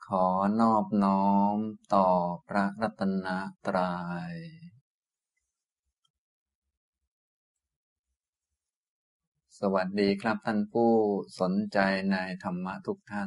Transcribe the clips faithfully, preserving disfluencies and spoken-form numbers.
ขอนอบน้อมต่อพระรัตนตรัยสวัสดีครับท่านผู้สนใจในธรรมะทุกท่าน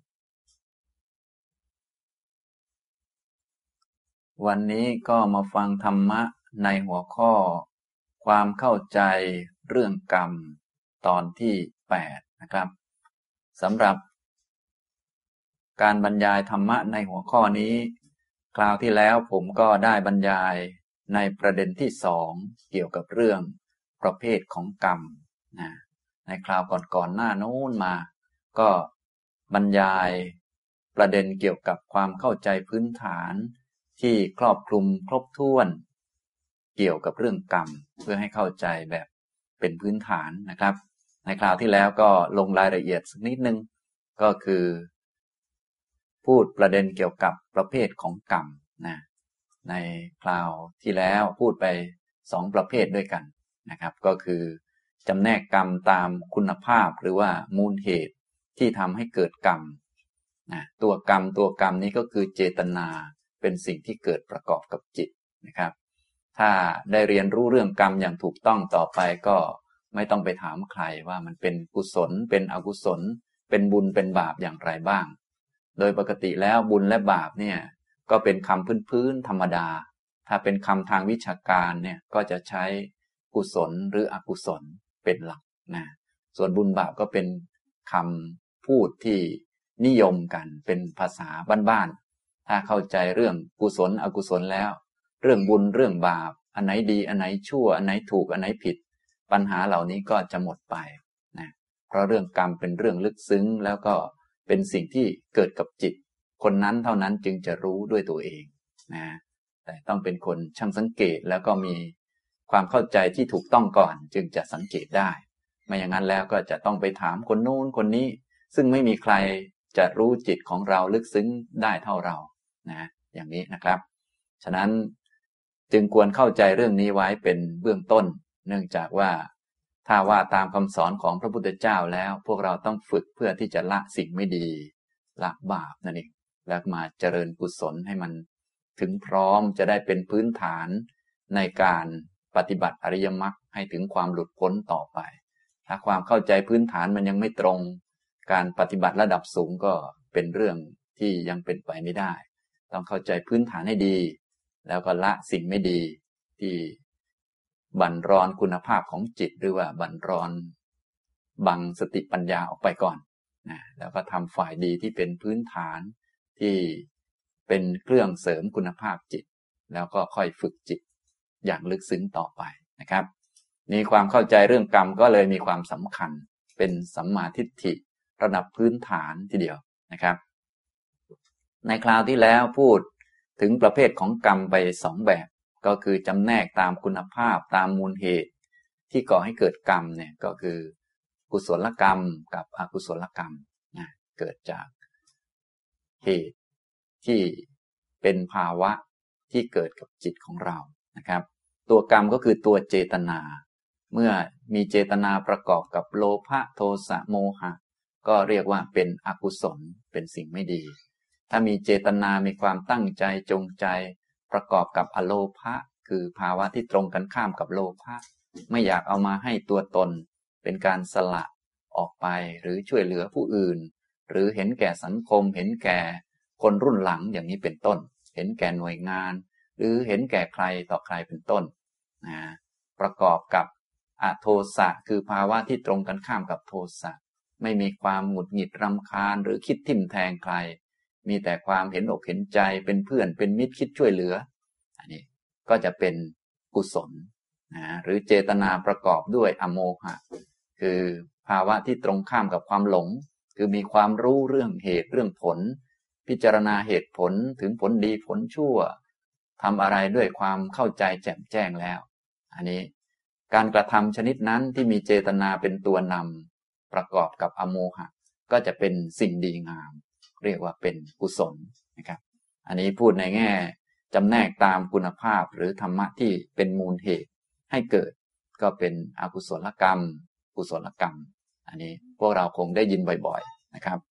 วันนี้ก็มาฟังธรรมะในหัวข้อความเข้าใจเรื่องกรรมตอนที่แปดนะครับสำหรับการบรรยายธรรมะในหัวข้อนี้คราวที่แล้วผมก็ได้บรรยายในประเด็นที่สองเกี่ยวกับเรื่องประเภทของกรรมนะในคราวก่อนๆหน้าโน้นมาก็บรรยายประเด็นเกี่ยวกับความเข้าใจพื้นฐานที่ครอบคลุมครบถ้วนเกี่ยวกับเรื่องกรรมเพื่อให้เข้าใจแบบเป็นพื้นฐานนะครับในคราวที่แล้วก็ลงรายละเอียดสักนิดนึงก็คือพูดประเด็นเกี่ยวกับประเภทของกรรมนะในคราวที่แล้วพูดไปสองประเภทด้วยกันนะครับก็คือจำแนกกรรมตามคุณภาพหรือว่ามูลเหตุที่ทำให้เกิดกรรมนะตัวกรรมตัวกรรมนี้ก็คือเจตนาเป็นสิ่งที่เกิดประกอบกับจิตนะครับถ้าได้เรียนรู้เรื่องกรรมอย่างถูกต้องต่อไปก็ไม่ต้องไปถามใครว่ามันเป็นกุศลเป็นอกุศลเป็นบุญเป็นบาปอย่างไรบ้างโดยปกติแล้วบุญและบาปเนี่ยก็เป็นคำพื้นๆธรรมดาถ้าเป็นคำทางวิชาการเนี่ยก็จะใช้กุศลหรืออกุศลเป็นหลักนะส่วนบุญบาปก็เป็นคำพูดที่นิยมกันเป็นภาษาบ้านๆถ้าเข้าใจเรื่องกุศลอกุศลแล้วเรื่องบุญเรื่องบาปอันไหนดีอันไหนชั่วอันไหนถูกอันไหนผิดปัญหาเหล่านี้ก็จะหมดไปนะเพราะเรื่องกรรมเป็นเรื่องลึกซึ้งแล้วก็เป็นสิ่งที่เกิดกับจิตคนนั้นเท่านั้นจึงจะรู้ด้วยตัวเองนะแต่ต้องเป็นคนช่างสังเกตแล้วก็มีความเข้าใจที่ถูกต้องก่อนจึงจะสังเกตได้ไม่อย่างนั้นแล้วก็จะต้องไปถามคนโน้นคนนี้ซึ่งไม่มีใครจะรู้จิตของเราลึกซึ้งได้เท่าเรานะอย่างนี้นะครับฉะนั้นจึงควรเข้าใจเรื่องนี้ไว้เป็นเบื้องต้นเนื่องจากว่าถ้าว่าตามคำสอนของพระพุทธเจ้าแล้วพวกเราต้องฝึกเพื่อที่จะละสิ่งไม่ดีละบาปนั่นเองแล้วมาเจริญกุศลให้มันถึงพร้อมจะได้เป็นพื้นฐานในการปฏิบัติอริยมรรคให้ถึงความหลุดพ้นต่อไปถ้าความเข้าใจพื้นฐานมันยังไม่ตรงการปฏิบัติระดับสูงก็เป็นเรื่องที่ยังเป็นไปไม่ได้ต้องเข้าใจพื้นฐานให้ดีแล้วก็ละสิ่งไม่ดีที่บั่นรอนคุณภาพของจิตหรือว่าบั่นรอนบังสติปัญญาออกไปก่อนนะแล้วก็ทำฝ่ายดีที่เป็นพื้นฐานที่เป็นเครื่องเสริมคุณภาพจิตแล้วก็ค่อยฝึกจิตอย่างลึกซึ้งต่อไปนะครับนี่ความเข้าใจเรื่องกรรมก็เลยมีความสำคัญเป็นสัมมาทิฏฐิระดับพื้นฐานทีเดียวนะครับในคราวที่แล้วพูดถึงประเภทของกรรมไปสองแบบก็คือจำแนกตามคุณภาพตามมูลเหตุที่ก่อให้เกิดกรรมเนี่ยก็คือกุศลกรรมกับอกุศลกรรมนะเกิดจากเหตุที่เป็นภาวะที่เกิดกับจิตของเรานะครับตัวกรรมก็คือตัวเจตนาเมื่อมีเจตนาประกอบกับโลภะโทสะโมหะก็เรียกว่าเป็นอกุศลเป็นสิ่งไม่ดีถ้ามีเจตนามีความตั้งใจจงใจประกอบกับอโลภะคือภาวะที่ตรงกันข้ามกับโลภะไม่อยากเอามาให้ตัวตนเป็นการสละออกไปหรือช่วยเหลือผู้อื่นหรือเห็นแก่สังคมเห็นแก่คนรุ่นหลังอย่างนี้เป็นต้นเห็นแก่หน่วยงานหรือเห็นแก่ใครต่อใครเป็นต้นนะประกอบกับอโทสะคือภาวะที่ตรงกันข้ามกับโทสะไม่มีความหงุดหงิดรำคาญหรือคิดทิ่มแทงใครมีแต่ความเห็นอกเห็นใจเป็นเพื่อนเป็นมิตรคิดช่วยเหลืออันนี้ก็จะเป็นกุศลนะหรือเจตนาประกอบด้วยอโมหะคือภาวะที่ตรงข้ามกับความหลงคือมีความรู้เรื่องเหตุเรื่องผลพิจารณาเหตุผลถึงผลดีผลชั่วทำอะไรด้วยความเข้าใจแจ่มแจ้งแล้วอันนี้การกระทำชนิดนั้นที่มีเจตนาเป็นตัวนำประกอบกับอโมหะก็จะเป็นสิ่งดีงามเรียกว่าเป็นกุศลนะครับอันนี้พูดในแง่จำแนกตามคุณภาพหรือธรรมะที่เป็นมูลเหตุให้เกิดก็เป็นอกุศลกรรมกุศลกรรมอันนี้พวกเราคงได้ยินบ่อยๆนะครับ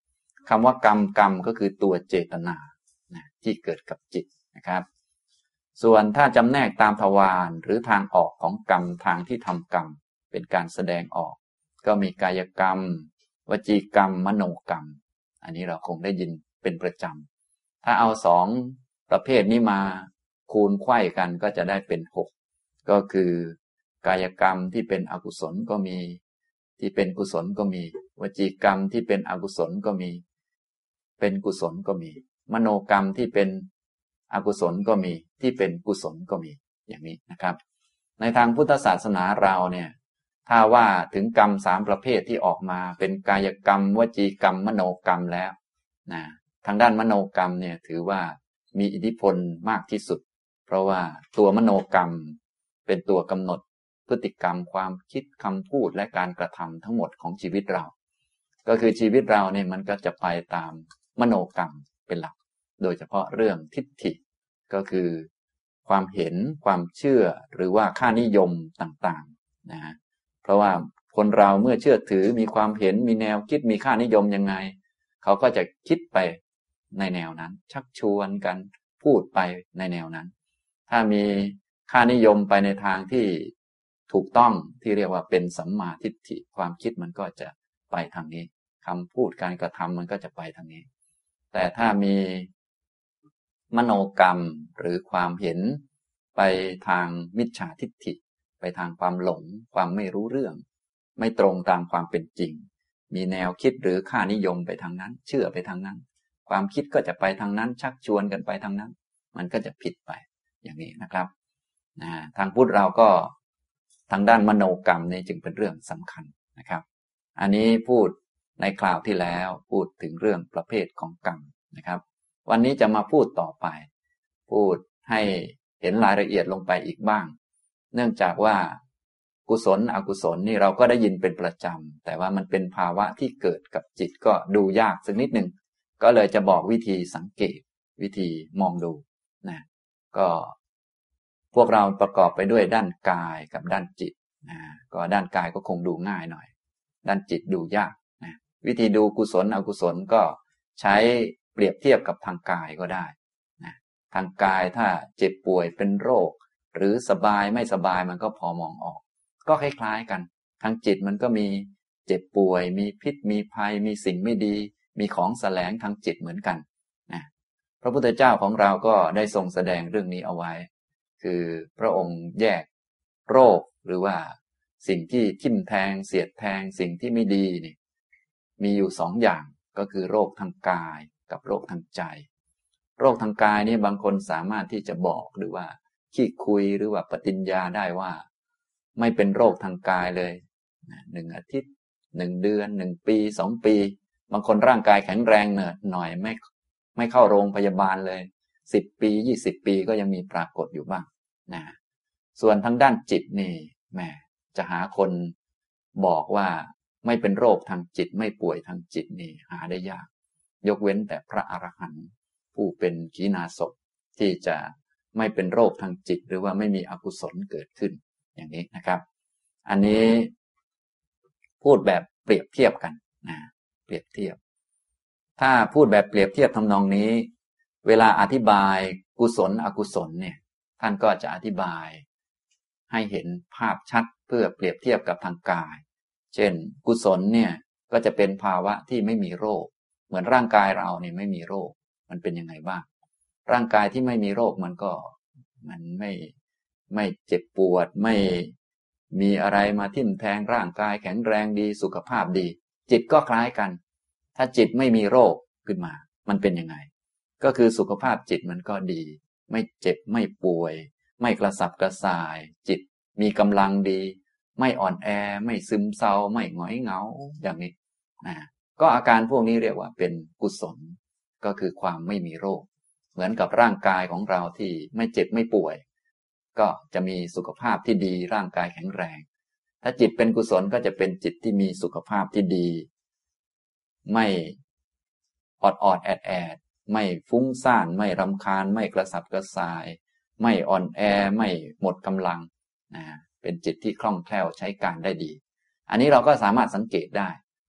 คำว่ากรรมกรรมก็คือตัวเจตนานะที่เกิดกับจิตนะครับส่วนถ้าจำแนกตามทวารหรือทางออกของกรรมทางที่ทำกรรมเป็นการแสดงออกก็มีกายกรรมวจีกรรมมโนกรรมอันนี้เราคงได้ยินเป็นประจำถ้าเอาสองประเภทนี้มาคูณไขว้กันก็จะได้เป็นหกก็คือกายกรรมที่เป็นอกุศลก็มีที่เป็นกุศลก็มีวจีกรรมที่เป็นอกุศลก็มีเป็นกุศลก็มีมโนกรรมที่เป็นอกุศลก็มีที่เป็นกุศลก็มีอย่างนี้นะครับในทางพุทธศาสนาเราเนี่ยถ้าว่าถึงกรรมสามประเภทที่ออกมาเป็นกายกรรมวจีกรรมมโนกรรมแล้วนะทางด้านมโนกรรมเนี่ยถือว่ามีอิทธิพลมากที่สุดเพราะว่าตัวมโนกรรมเป็นตัวกำหนดพฤติกรรมความคิดคำพูดและการกระทำทั้งหมดของชีวิตเราก็คือชีวิตเราเนี่ยมันก็จะไปตามมโนกรรมเป็นหลักโดยเฉพาะเรื่องทิฏฐิก็คือความเห็นความเชื่อหรือว่าค่านิยมต่างๆนะฮะเพราะว่าคนเราเมื่อเชื่อถือมีความเห็นมีแนวคิดมีค่านิยมยังไงเขาก็จะคิดไปในแนวนั้นชักชวนกันพูดไปในแนวนั้นถ้ามีค่านิยมไปในทางที่ถูกต้องที่เรียกว่าเป็นสัมมาทิฏฐิความคิดมันก็จะไปทางนี้คำพูดการกระทำมันก็จะไปทางนี้แต่ถ้ามีมโนกรรมหรือความเห็นไปทางมิจฉาทิฏฐิไปทางความหลงความไม่รู้เรื่องไม่ตรงตามความเป็นจริงมีแนวคิดหรือค่านิยมไปทางนั้นเชื่อไปทางนั้นความคิดก็จะไปทางนั้นชักชวนกันไปทางนั้นมันก็จะผิดไปอย่างนี้นะครับนะทางพุทธเราก็ทางด้านมโนกรรมนี่จึงเป็นเรื่องสำคัญนะครับอันนี้พูดในคราวที่แล้วพูดถึงเรื่องประเภทของกรรมนะครับวันนี้จะมาพูดต่อไปพูดให้เห็นรายละเอียดลงไปอีกบ้างเนื่องจากว่ากุศลอกุศลนี่เราก็ได้ยินเป็นประจำแต่ว่ามันเป็นภาวะที่เกิดกับจิตก็ดูยากสักนิดหนึ่งก็เลยจะบอกวิธีสังเกตวิธีมองดูนะก็พวกเราประกอบไปด้วยด้านกายกับด้านจิตนะก็ด้านกายก็คงดูง่ายหน่อยด้านจิตดูยากนะวิธีดูกุศลอกุศลก็ใช้เปรียบเทียบกับทางกายก็ได้นะทางกายถ้าเจ็บป่วยเป็นโรคหรือสบายไม่สบายมันก็พอมองออกก็คล้ายๆกันทางจิตมันก็มีเจ็บป่วยมีพิษมีภัยมีสิ่งไม่ดีมีของแสลงทางจิตเหมือนกันนะพระพุทธเจ้าของเราก็ได้ทรงแสดงเรื่องนี้เอาไว้คือพระองค์แยกโรคหรือว่าสิ่งที่ทิ่มแทงเสียดแทงสิ่งที่ไม่ดีนี่มีอยู่สองอย่างก็คือโรคทางกายกับโรคทางใจโรคทางกายนี่บางคนสามารถที่จะบอกหรือว่าขี้คุยหรือว่าปฏิญญาได้ว่าไม่เป็นโรคทางกายเลยหนึ่งอาทิตย์หนึ่งเดือนหนึ่งปีสองปีบางคนร่างกายแข็งแรงหน่อยไม่ไม่เข้าโรงพยาบาลเลยสิบปียี่สิบปีก็ยังมีปรากฏอยู่บ้างนะส่วนทางด้านจิตนี่แหมจะหาคนบอกว่าไม่เป็นโรคทางจิตไม่ป่วยทางจิตนี่หาได้ยากยกเว้นแต่พระอรหันต์ผู้เป็นขีณาสพที่จะไม่เป็นโรคทางจิตหรือว่าไม่มีอกุศลเกิดขึ้นอย่างนี้นะครับอันนี้พูดแบบเปรียบเทียบกันนะเปรียบเทียบถ้าพูดแบบเปรียบเทียบทำนองนี้เวลาอธิบายกุศลอกุศลเนี่ยท่านก็จะอธิบายให้เห็นภาพชัดเพื่อเปรียบเทียบกับทางกายเช่นกุศลเนี่ยก็จะเป็นภาวะที่ไม่มีโรคเหมือนร่างกายเราเนี่ยไม่มีโรคมันเป็นยังไงบ้างร่างกายที่ไม่มีโรคมันก็มันไม่ไม่เจ็บปวดไม่มีอะไรมาทิ่มแทงร่างกายแข็งแรงดีสุขภาพดีจิตก็คล้ายกันถ้าจิตไม่มีโรคขึ้นมามันเป็นยังไงก็คือสุขภาพจิตมันก็ดีไม่เจ็บไม่ป่วยไม่กระสับกระส่ายจิตมีกำลังดีไม่อ่อนแอไม่ซึมเศร้าไม่หงอยเหงาอย่างนี้นะก็อาการพวกนี้เรียกว่าเป็นกุศลก็คือความไม่มีโรคเหมือนกับร่างกายของเราที่ไม่เจ็บไม่ป่วยก็จะมีสุขภาพที่ดีร่างกายแข็งแรงถ้าจิตเป็นกุศลก็จะเป็นจิตที่มีสุขภาพที่ดีไม่ออดออดแอดแอดไม่ฟุ้งซ่านไม่รำคาญไม่กระสับกระส่ายไม่อ่อนแอไม่หมดกำลังนะเป็นจิตที่คล่องแคล่วใช้การได้ดีอันนี้เราก็สามารถสังเกตได้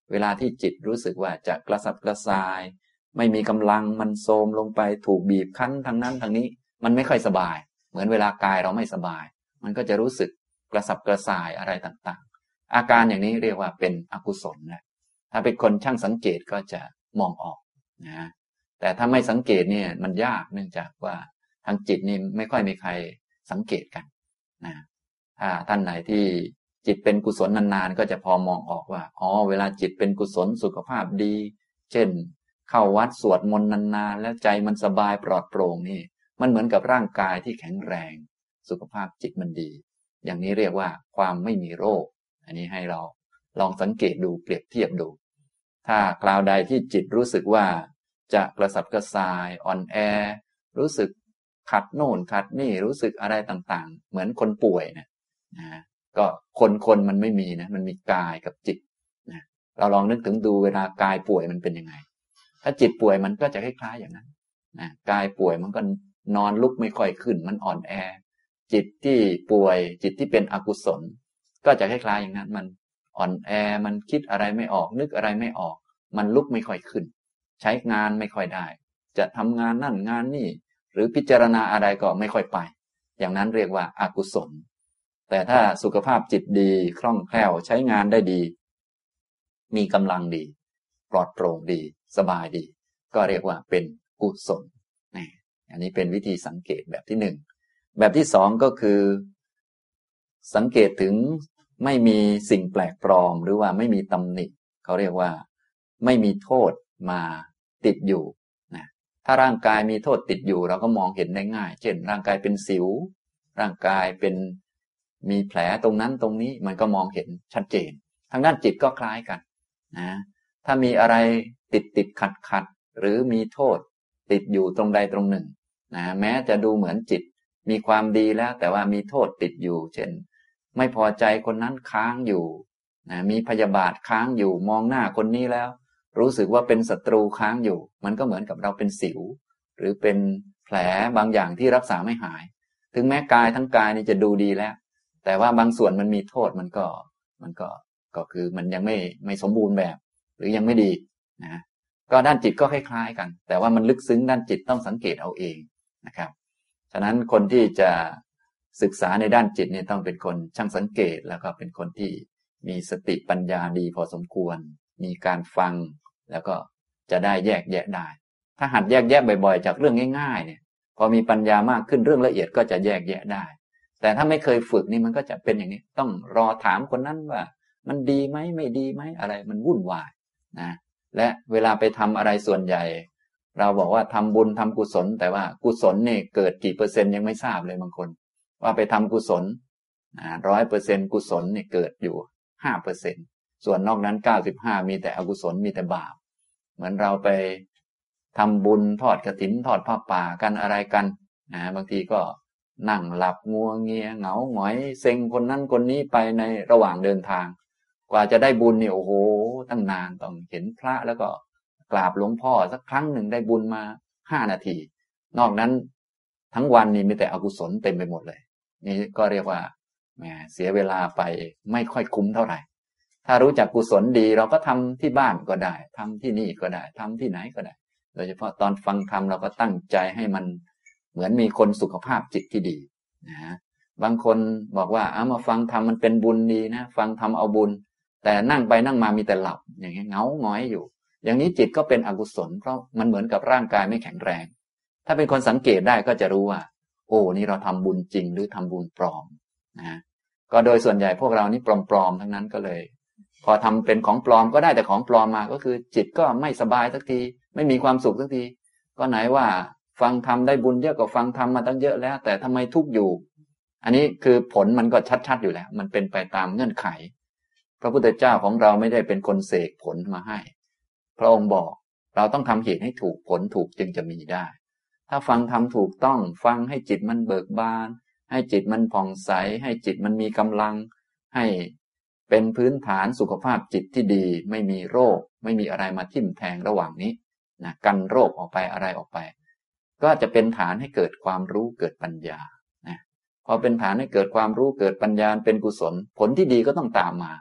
เวลาที่จิตรู้สึกว่าจะกระสับกระส่ายไม่มีกำลังมันโทรมลงไปถูกบีบคั้นทางนั้นทางนี้มันไม่ค่อยสบายเหมือนเวลากายเราไม่สบายมันก็จะรู้สึกกระสับกระส่ายอะไรต่างๆอาการอย่างนี้เรียกว่าเป็นอกุศลนะถ้าเป็นคนช่างสังเกตก็จะมองออกนะแต่ถ้าไม่สังเกตเนี่ยมันยากเนื่องจากว่าทางจิตนี่ไม่ค่อยมีใครสังเกตกันนะถ้าท่านไหนที่จิตเป็นกุศลนานๆก็จะพอมองออกว่าอ๋อเวลาจิตเป็นกุศลสุขภาพดีเช่นเข้าวัดสวดมนต์นานๆแล้วใจมันสบายปลอดโปร่งนี่มันเหมือนกับร่างกายที่แข็งแรงสุขภาพจิตมันดีอย่างนี้เรียกว่าความไม่มีโรคอันนี้ให้เราลองสังเกตดูเปรียบเทียบดูถ้าคราวใดที่จิตรู้สึกว่าจะกระสับกระส่ายอ่อนแอรู้สึกขัดโน่นขัดนี่รู้สึกอะไรต่างๆเหมือนคนป่วยนะนะก็คนคนมันไม่มีนะมันมีกายกับจิตนะเราลองนึกถึงดูเวลากายป่วยมันเป็นยังไงถ้าจิตป่วยมันก็จะคล้ายๆอย่างนั้นนะกายป่วยมันก็นอนลุกไม่ค่อยขึ้นมันอ่อนแอจิตที่ป่วยจิตที่เป็นอกุศลก็จะคล้ายๆอย่างนั้นมันอ่อนแอมันคิดอะไรไม่ออกนึกอะไรไม่ออกมันลุกไม่ค่อยขึ้นใช้งานไม่ค่อยได้จะทำงานนั่นงานนี่หรือพิจารณาอะไรก็ไม่ค่อยไปอย่างนั้นเรียกว่าอกุศลแต่ถ้าสุขภาพจิตดีคล่องแคล่วใช้งานได้ดีมีกำลังดีปลอดโปร่งดีสบายดีก็เรียกว่าเป็นกุศลนี่อันนี้เป็นวิธีสังเกตแบบที่หนึ่งแบบที่สองก็คือสังเกตถึงไม่มีสิ่งแปลกปลอมหรือว่าไม่มีตำหนิเขาเรียกว่าไม่มีโทษมาติดอยู่นะถ้าร่างกายมีโทษติดอยู่เราก็มองเห็นได้ง่ายเช่นร่างกายเป็นสิวร่างกายเป็นมีแผลตรงนั้นตรงนี้มันก็มองเห็นชัดเจนทางด้านจิตก็คล้ายกันนะถ้ามีอะไรติดติดขัดขัดหรือมีโทษติดอยู่ตรงใดตรงหนึ่งนะแม้จะดูเหมือนจิตมีความดีแล้วแต่ว่ามีโทษติดอยู่เช่นไม่พอใจคนนั้นค้างอยู่นะมีพยาบาทค้างอยู่มองหน้าคนนี้แล้วรู้สึกว่าเป็นศัตรูค้างอยู่มันก็เหมือนกับเราเป็นสิวหรือเป็นแผลบางอย่างที่รักษาไม่หายถึงแม้กายทั้งกายนี่จะดูดีแล้วแต่ว่าบางส่วนมันมีโทษมันก็มันก็ก็คือมันยังไม่ไม่สมบูรณ์แบบหรือยังไม่ดีนะก็ด้านจิตก็คล้ายๆกันแต่ว่ามันลึกซึ้งด้านจิตต้องสังเกตเอาเองนะครับฉะนั้นคนที่จะศึกษาในด้านจิตเนี่ยต้องเป็นคนช่างสังเกตแล้วก็เป็นคนที่มีสติปัญญาดีพอสมควรมีการฟังแล้วก็จะได้แยกแยะได้ถ้าหัดแยกแยะบ่อยๆจากเรื่องง่ายๆเนี่ยพอมีปัญญามากขึ้นเรื่องละเอียดก็จะแยกแยะได้แต่ถ้าไม่เคยฝึกนี่มันก็จะเป็นอย่างนี้ต้องรอถามคนนั้นว่ามันดีไหมไม่ดีไหมอะไรมันวุ่นวายนะและเวลาไปทำอะไรส่วนใหญ่เราบอกว่าทำบุญทำกุศลแต่ว่ากุศลนี่เกิดกี่เปอร์เซ็นต์ยังไม่ทราบเลยบางคนว่าไปทำกุศลร้อยเปอร์เซ็นต์กุศลนี่เกิดอยู่ห้าเปอร์เซ็นต์ส่วนนอกนั้นเก้าสิบห้ามีแต่อกุศลมีแต่บาปเหมือนเราไปทำบุญทอดกฐินทอดผ้าป่ากันอะไรกันนะบางทีก็นั่งหลับงัวเงียเหงาหงอยเซ็งคนนั้นคนนี้ไปในระหว่างเดินทางกว่าจะได้บุญนี่โอ้โหตั้งนานต้องเห็นพระแล้วก็กราบหลวงพ่อสักครั้งหนึ่งได้บุญมาห้านาทีนอกนั้นทั้งวันนี่มีแต่อกุศลเต็มไปหมดเลยนี่ก็เรียกว่าแหมเสียเวลาไปไม่ค่อยคุ้มเท่าไหร่ถ้ารู้จักกุศลดีเราก็ทำที่บ้านก็ได้ทำที่นี่ก็ได้ทำที่ไหนก็ได้โดยเฉพาะตอนฟังธรรมเราก็ตั้งใจให้มันเหมือนมีคนสุขภาพจิตที่ดีนะบางคนบอกว่าเอามาฟังธรรมมันเป็นบุญดีนะฟังธรรมเอาบุญแต่นั่งไปนั่งมามีแต่หลับอย่างเงี้ยเหงาหงอยอยู่อย่างนี้จิตก็เป็นอกุศลเพราะมันเหมือนกับร่างกายไม่แข็งแรงถ้าเป็นคนสังเกตได้ก็จะรู้ว่าโอ้นี่เราทำบุญจริงหรือทำบุญปลอมนะก็โดยส่วนใหญ่พวกเรานี่ปลอมๆทั้งนั้นก็เลยพอทำเป็นของปลอมก็ได้แต่ของปลอมมาก็คือจิตก็ไม่สบายสักทีไม่มีความสุขสักทีก็ไหนว่าฟังธรรมได้บุญเยอะกว่าฟังธรรมมาตั้งเยอะแล้วแต่ทำไมทุกข์อยู่อันนี้คือผลมันก็ชัดๆอยู่แล้วมันเป็นไปตามเงื่อนไขพระพุทธเจ้าของเราไม่ได้เป็นคนเสกผลมาให้พระองค์บอกเราต้องทำเหตุให้ถูกผลถูกจึงจะมีได้ถ้าฟังธรรมถูกต้องฟังให้จิตมันเบิกบานให้จิตมันผ่องใสให้จิตมันมีกำลังให้เป็นพื้นฐานสุขภาพจิตที่ดีไม่มีโรคไม่มีอะไรมาทิ่มแทงระหว่างนี้นะกันโรคออกไปอะไรออกไปก็จะเป็นฐานให้เกิดความรู้เกิดปัญญานะพอเป็นฐานให้เกิดความรู้เกิดปัญญาเป็นกุศลผลที่ดีก็ต้องตามมา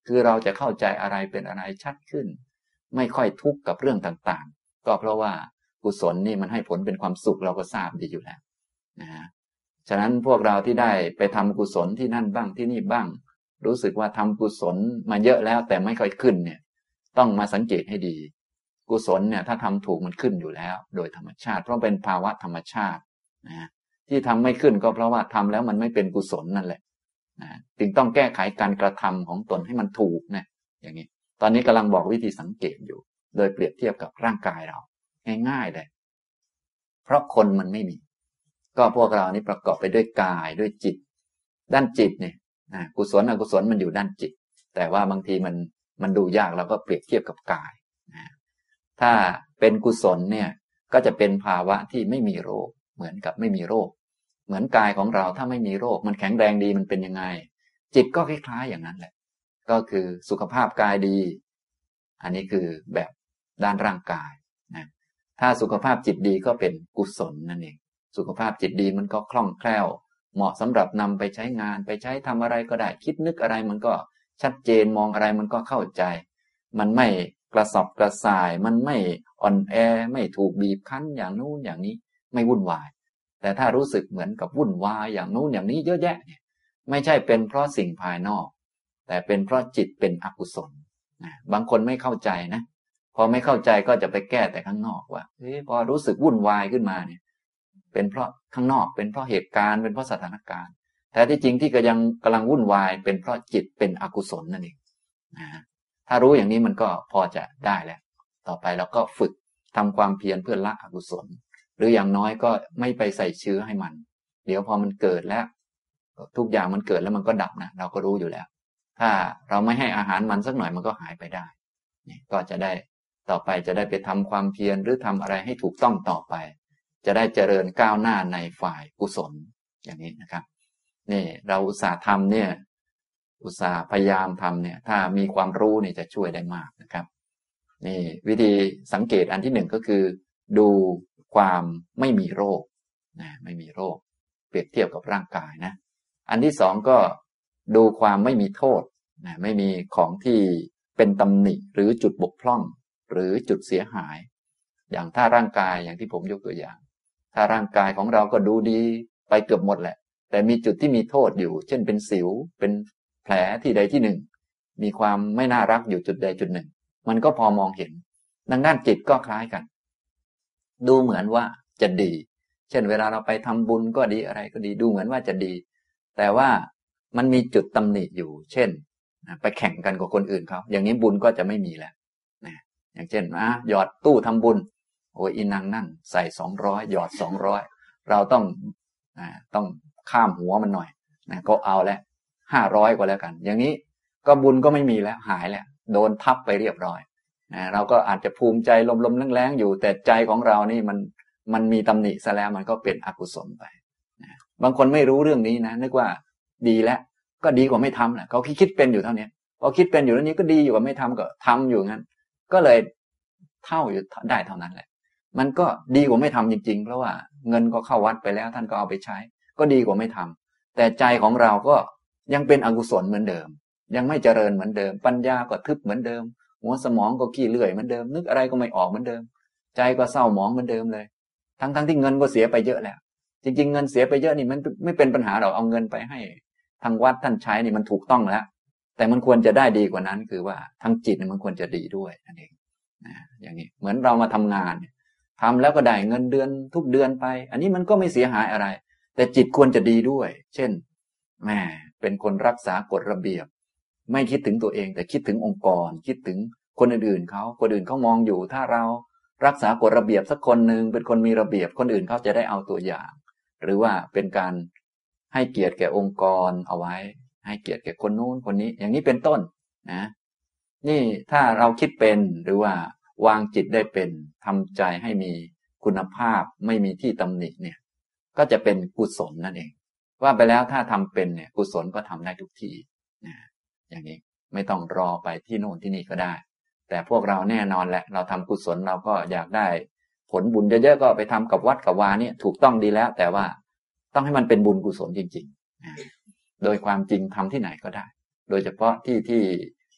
คือเราจะเข้าใจอะไรเป็นอะไรชัดขึ้นไม่ค่อยทุกข์กับเรื่องต่างๆก็เพราะว่ากุศลนี่มันให้ผลเป็นความสุขเราก็ทราบดีอยู่แล้วนะฮะฉะนั้นพวกเราที่ได้ไปทำกุศลที่นั่นบ้างที่นี่บ้างรู้สึกว่าทำกุศลมาเยอะแล้วแต่ไม่ค่อยขึ้นเนี่ยต้องมาสังเกตให้ดีกุศลเนี่ยถ้าทำถูกมันขึ้นอยู่แล้วโดยธรรมชาติเพราะเป็นภาวะธรรมชาตินะที่ทำไม่ขึ้นก็เพราะว่าทำแล้วมันไม่เป็นกุศลนั่นแหละนะจึงต้องแก้ไขการกระทำของตนให้มันถูกนะอย่างนี้ตอนนี้กำลังบอกวิธีสังเกตอยู่โดยเปรียบเทียบกับร่างกายเราง่ายๆเลยเพราะคนมันไม่มีก็พวกเรานี่ประกอบไปด้วยกายด้วยจิตด้านจิตเนี่ยกุศลอกุศลมันอยู่ด้านจิตแต่ว่าบางทีมันมันดูยากเราก็เปรียบเทียบกับกายนะถ้าเป็นกุศลเนี่ยก็จะเป็นภาวะที่ไม่มีโรคเหมือนกับไม่มีโรคเหมือนกายของเราถ้าไม่มีโรคมันแข็งแรงดีมันเป็นยังไงจิตก็คล้ายๆอย่างนั้นแหละก็คือสุขภาพกายดีอันนี้คือแบบด้านร่างกายนะถ้าสุขภาพจิตดีก็เป็นกุศลนั่นเองสุขภาพจิตดีมันก็คล่องแคล่วเหมาะสำหรับนำไปใช้งานไปใช้ทำอะไรก็ได้คิดนึกอะไรมันก็ชัดเจนมองอะไรมันก็เข้าใจมันไม่กระสอบกระส่ายมันไม่อ่อนแอไม่ถูกบีบคั้นอย่างนู้นอย่างนี้ไม่วุ่นวายแต่ถ้ารู้สึกเหมือนกับวุ่นวายอย่างนู้นอย่างนี้เยอะแยะเนี่ยไม่ใช่เป็นเพราะสิ่งภายนอกแต่เป็นเพราะจิตเป็นอกุศลนะบางคนไม่เข้าใจนะพอไม่เข้าใจก็จะไปแก้แต่ข้างนอกว่าเฮ้ยพอรู้สึกวุ่นวายขึ้นมาเนี่ยเป็นเพราะข้างนอกเป็นเพราะเหตุการณ์เป็นเพราะสถานการณ์แต่ที่จริงที่ก็ยังกำลังวุ่นวายเป็นเพราะจิตเป็นอกุศลนั่นเองนะถ้ารู้อย่างนี้มันก็พอจะได้แล้วต่อไปเราก็ฝึกทำความเพียรเพื่อละอกุศลหรืออย่างน้อยก็ไม่ไปใส่เชื้อให้มันเดี๋ยวพอมันเกิดแล้วทุกอย่างมันเกิดแล้วมันก็ดับนะเราก็รู้อยู่แล้วถ้าเราไม่ให้อาหารมันสักหน่อยมันก็หายไปได้นี่ก็จะได้ต่อไปจะได้ไปทำความเพียรหรือทำอะไรให้ถูกต้องต่อไปจะได้เจริญก้าวหน้าในฝ่ายกุศลอย่างนี้นะครับนี่เราอุตส่าห์ทำเนี่ยอุตส่าห์พยายามทำเนี่ยถ้ามีความรู้นี่จะช่วยได้มากนะครับนี่วิธีสังเกตอันที่หนึ่งก็คือดูความไม่มีโรคนะไม่มีโรคเปรียบเทียบกับร่างกายนะอันที่สองก็ดูความไม่มีโทษนะไม่มีของที่เป็นตำหนิหรือจุดบกพร่องหรือจุดเสียหายอย่างถ้าร่างกายอย่างที่ผมยกตัวอย่างถ้าร่างกายของเราก็ดูดีไปเกือบหมดแหละแต่มีจุดที่มีโทษอยู่เช่นเป็นสิวเป็นแผลที่ใดที่หนึ่งมีความไม่น่ารักอยู่จุดใดจุดหนึ่งมันก็พอมองเห็นดังด้านจิตก็คล้ายกันดูเหมือนว่าจะดีเช่นเวลาเราไปทำบุญก็ดีอะไรก็ดีดูเหมือนว่าจะดีแต่ว่ามันมีจุดตำหนิอยู่เช่นไปแข่งกันกับคนอื่นเขาอย่างนี้บุญก็จะไม่มีแล้วนะอย่างเช่นนะหยอดตู้ทำบุญโอ้ยอีนางนั่นใส่สองร้อยหยอดสองร้อยเราต้องอ่าต้องข้ามหัวมันหน่อยนะก็เอาแล้วห้าร้อยก็แล้วกันอย่างนี้ก็บุญก็ไม่มีแล้วหายแล้วโดนทับไปเรียบร้อยนะเราก็อาจจะภูมิใจลมๆแรงๆอยู่แต่ใจของเรานี่มันมันมีตำหนิซะแล้วมันก็เป็นอกุศลไปนะบางคนไม่รู้เรื่องนี้นะนึกว่าดีแล้วก็ดีกว่าไม่ทำแหละเขาคิดเป็นอยู่เท่านี้พอคิดเป็นอยู่แล้วนี้ก็ดีอยู่กว่าไม่ทำก็ทำอยู่งั้นก็เลยเท่าอยู่ได้เท่านั้นแหละมันก็ดีกว่าไม่ทำจริงๆเพราะว่าเงินก็เข้าวัดไปแล้วท่านก็เอาไปใช้ก็ดีกว่าไม่ทำแต่ใจของเราก็ยังเป็นอกุศลเหมือนเดิมยังไม่เจริญเหมือนเดิมปัญญาก็ทึบเหมือนเดิมหัวสมองก็ขี้เลื่อยเหมือนเดิมนึกอะไรก็ไม่ออกเหมือนเดิมใจก็เศร้าหมองเหมือนเดิมเลยทั้งๆที่เงินก็เสียไปเยอะแล้วจริงๆเงินเสียไปเยอะนี่มันไม่เป็นปัญหาหรอกเอาเงินไปให้ทางวัดท่านใช้นี่มันถูกต้องแล้วแต่มันควรจะได้ดีกว่านั้นคือว่าทางจิตมันควรจะดีด้วยนั่นเองนะอย่างนี้เหมือนเรามาทำงานทำแล้วก็ได้เงินเดือนทุกเดือนไปอันนี้มันก็ไม่เสียหายอะไรแต่จิตควรจะดีด้วยเช่นแม่เป็นคนรักษากฎระเบียบไม่คิดถึงตัวเองแต่คิดถึงองค์กรคิดถึงคนอื่นๆเขาคนอื่นเขามองอยู่ถ้าเรารักษากฎระเบียบสักคนหนึ่งเป็นคนมีระเบียบคนอื่นเขาจะได้เอาตัวอย่างหรือว่าเป็นการให้เกียรติแก่องค์กรเอาไว้ให้เกียรติแก่คนนู้นคนนี้อย่างนี้เป็นต้นนะนี่ถ้าเราคิดเป็นหรือว่าวางจิตได้เป็นทำใจให้มีคุณภาพไม่มีที่ตำหนิเนี่ยก็จะเป็นกุศลนั่นเองว่าไปแล้วถ้าทำเป็นเนี่ยกุศลก็ทำได้ทุกทีนะอย่างนี้ไม่ต้องรอไปที่โน่นที่นี่ก็ได้แต่พวกเราแน่นอนแหละเราทำกุศลเราก็อยากได้ผลบุญเยอะๆก็ไปทำกับวัดกับวาเนี่ยถูกต้องดีแล้วแต่ว่าต้องให้มันเป็นบุญกุศลจริงๆนะโดยความจริงทำที่ไหนก็ได้โดยเฉพาะที่ที่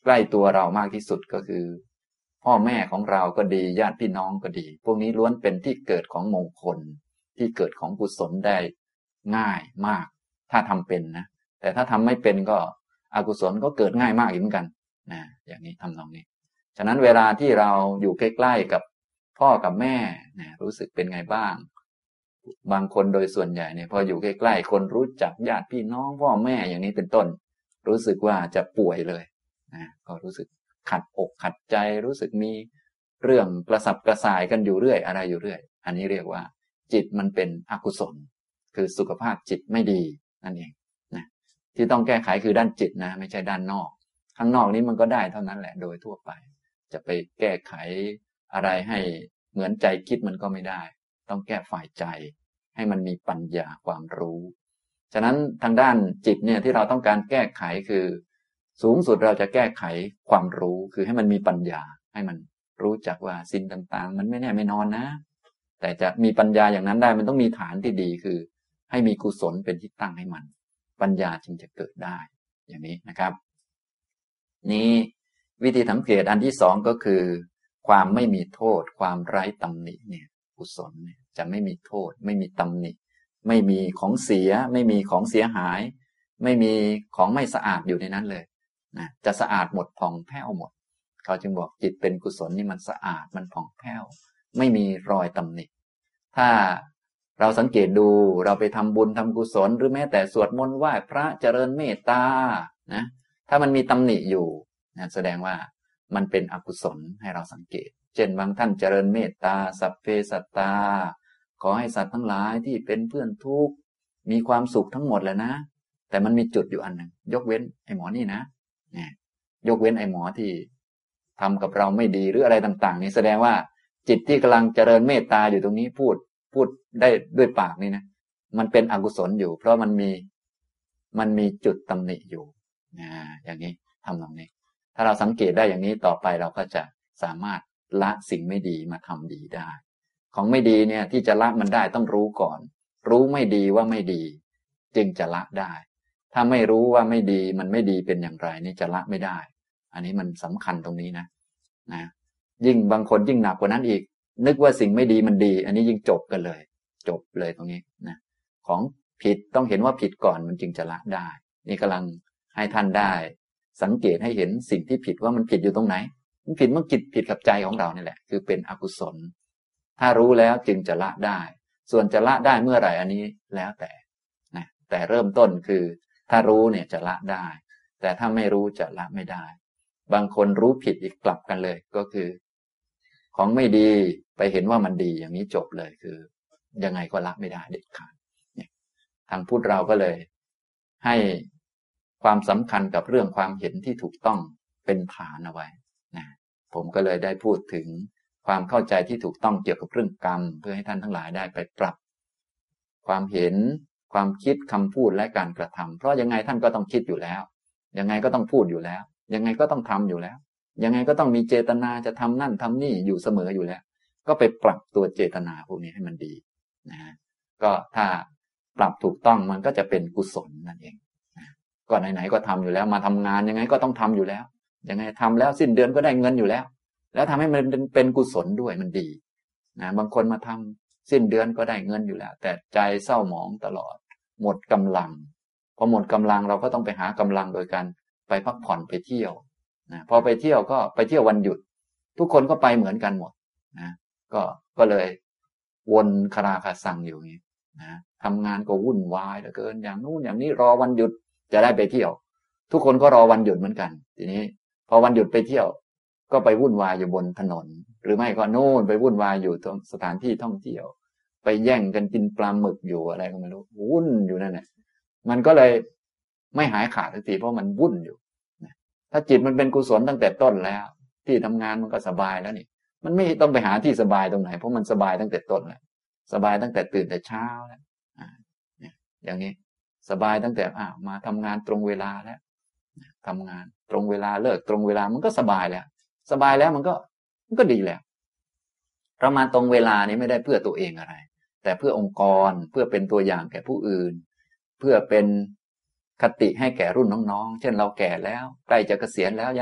ใกล้ตัวเรามากที่สุดก็คือพ่อแม่ของเราก็ดีญาติพี่น้องก็ดีพวกนี้ล้วนเป็นที่เกิดของมงคลที่เกิดของกุศลได้ง่ายมากถ้าทำเป็นนะแต่ถ้าทำไม่เป็นก็อกุศลก็เกิดง่ายมากอีกเหมือนกันนะอย่างนี้ทำนองนี้ฉะนั้นเวลาที่เราอยู่ใกล้ๆกับพ่อกับแม่นะรู้สึกเป็นไงบ้างบางคนโดยส่วนใหญ่เนี่ยพออยู่ใกล้ๆคนรู้จักญาติพี่น้องพ่อแม่อย่างนี้เป็นต้นรู้สึกว่าจะป่วยเลยนะก็รู้สึกขัดอกขัดใจรู้สึกมีเรื่องกระสับกระส่ายกันอยู่เรื่อยอะไรอยู่เรื่อยอันนี้เรียกว่าจิตมันเป็นอกุศลคือสุขภาพจิตไม่ดีนั่นเองนะที่ต้องแก้ไขคือด้านจิตนะไม่ใช่ด้านนอกข้างนอกนี้มันก็ได้เท่านั้นแหละโดยทั่วไปจะไปแก้ไขอะไรให้เหมือนใจคิดมันก็ไม่ได้ต้องแก้ฝ่ายใจให้มันมีปัญญาความรู้ฉะนั้นทางด้านจิตเนี่ยที่เราต้องการแก้ไขคือสูงสุดเราจะแก้ไขความรู้คือให้มันมีปัญญาให้มันรู้จักว่าสิ่งต่างๆมันไม่แน่ไม่นอนนะแต่จะมีปัญญาอย่างนั้นได้มันต้องมีฐานที่ดีคือให้มีกุศลเป็นที่ตั้งให้มันปัญญาจึงจะเกิดได้อย่างนี้นะครับนี้วิธีสังเกตอันที่สองก็คือความไม่มีโทษความไร้ตำหนิเนี่ยกุศลเนี่ยจะไม่มีโทษไม่มีตำหนิไม่มีของเสียไม่มีของเสียหายไม่มีของไม่สะอาดอยู่ในนั้นเลยนะจะสะอาดหมดผ่องแผ้วหมดเขาจึงบอกจิตเป็นกุศลนี่มันสะอาดมันผ่องแผ้วไม่มีรอยตำหนิถ้าเราสังเกตดูเราไปทำบุญทำกุศลหรือแม้แต่สวดมนต์ไหว้พระเจริญเมตตานะถ้ามันมีตำหนิอยู่นะแสดงว่ามันเป็นอกุศลให้เราสังเกตเช่นบางท่านเจริญเมตตาสัพเพสัตตาขอให้สัตว์ทั้งหลายที่เป็นเพื่อนทุกข์มีความสุขทั้งหมดแหละนะแต่มันมีจุดอยู่อันหนึ่งยกเว้นไอ้หมอนี่นะเนี่ยยกเว้นไอ้หมอที่ทำกับเราไม่ดีหรืออะไรต่างๆนี่แสดงว่าจิตที่กำลังเจริญเมตตาอยู่ตรงนี้พูดพูดได้ด้วยปากนี่นะมันเป็นอกุศลอยู่เพราะมันมีมันมีจุดตำหนิอยู่นะอย่างนี้ทำตรงนี้ถ้าเราสังเกตได้อย่างนี้ต่อไปเราก็จะสามารถละสิ่งไม่ดีมาทำดีได้ของไม่ดีเนี่ยที่จะละมันได้ต้องรู้ก่อนรู้ไม่ดีว่าไม่ดีจึงจะละได้ถ้าไม่รู้ว่าไม่ดีมันไม่ดีเป็นอย่างไรนี่จะละไม่ได้อันนี้มันสำคัญตรงนี้นะนะยิ่งบางคนยิ่งหนักกว่านั้นอีกนึกว่าสิ่งไม่ดีมันดีอันนี้ยิ่งจบกันเลยจบเลยตรงนี้นะของผิดต้องเห็นว่าผิดก่อนมันจึงจะละได้นี่กำลังให้ท่านได้สังเกตให้เห็นสิ่งที่ผิดว่ามันผิดอยู่ตรงไหนมันผิดมันผิดผิดกับใจของเรานี่แหละคือเป็นอกุศลถ้ารู้แล้วจึงจะละได้ส่วนจะละได้เมื่อไหร่อันนี้แล้วแต่นะแต่เริ่มต้นคือถ้ารู้เนี่ยจะละได้แต่ถ้าไม่รู้จะละไม่ได้บางคนรู้ผิดอีกกลับกันเลยก็คือของไม่ดีไปเห็นว่ามันดีอย่างนี้จบเลยคือยังไงก็ละไม่ได้เด็ดขาดเนี่ยทางพุทธเราก็เลยให้ความสำคัญกับเรื่องความเห็นที่ถูกต้องเป็นฐานเอาไว้นะผมก็เลยได้พูดถึงความเข้าใจที่ถูกต้องเกี่ยวกับเรื่องกรรมเพื่อให้ท่านทั้งหลายได้ไปปรับความเห็นความคิดคำพูดและการกระทำเพราะยังไงท่านก็ต้องคิดอยู่แล้วยังไงก็ต้องพูดอยู่แล้วยังไงก็ต้องทำอยู่แล้วยังไงก็ต้องมีเจตนาจะทำนั่นทำนี่อยู่เสมออยู่แล้วก็ไปปรับตัวเจตนาพวกนี้ให้มันดีนะก็ถ้าปรับถูกต้องมันก็จะเป็นกุศลนั่นเองนะก็ไหนๆก็ทำอยู่แล้วมาทำงานยังไงก็ต้องทำอยู่แล้วยังไงทำแล้วสิ้นเดือนก็ได้เงินอยู่แล้วแล้วทำให้มันเป็นกุศลด้วยมันดีนะบางคนมาทำสิ้นเดือนก็ได้เงินอยู่แล้วแต่ใจเศร้าหมองตลอดหมดกำลังพอหมดกำลังเราก็ต้องไปหากำลังโดยการไปพักผ่อนไปเที่ยวนะพอไปเที่ยวก็ไปเที่ยววันหยุดทุกคนก็ไปเหมือนกันหมดนะก็ก็เลยวนคาราคาซังอยู่อย่างนี้นะทำงานก็วุ่นวายเหลือเกินอย่างนู้นอย่างนี้รอวันหยุดจะได้ไปเที่ยวทุกคนก็รอวันหยุดเหมือนกันทีนี้พอวันหยุดไปเที่ยวก็ไปวุ่นวายอยู่บนถนนหรือไม่ก็โน่นไปวุ่นวายอยู่ตรงสถานที่ท่องเที่ยวไปแย่งกันกินปลาหมึกอยู่อะไรก็ไม่รู้วุ่นอยู่นั่นแหละมันก็เลยไม่หายขาดสักทีเพราะมันวุ่นอยู่ถ้าจิตมันเป็นกุศลตั้งแต่ต้นแล้วที่ทำงานมันก็สบายแล้วนี่มันไม่ต้องไปหาที่สบายตรงไหนเพราะมันสบายตั้งแต่ต้นแล้วสบายตั้งแต่ตื่นแต่เช้าแล้วอ่าเนี่ยอย่างนี้สบายตั้งแต่อ่ามาทำงานตรงเวลาแล้วทำงานตรงเวลาเลิกตรงเวลามันก็สบายแล้วสบายแล้วมันก็มันก็ดีแล้วเรามาตรงเวลานี้ไม่ได้เพื่อตัวเองอะไรแต่เพื่อองค์กรเพื่อเป็นตัวอย่างแก่ผู้อื่นเพื่อเป็นคติให้แก่รุ่นน้องๆเช่นเราแก่แล้วใกล้จะเกษียณแล้วยัง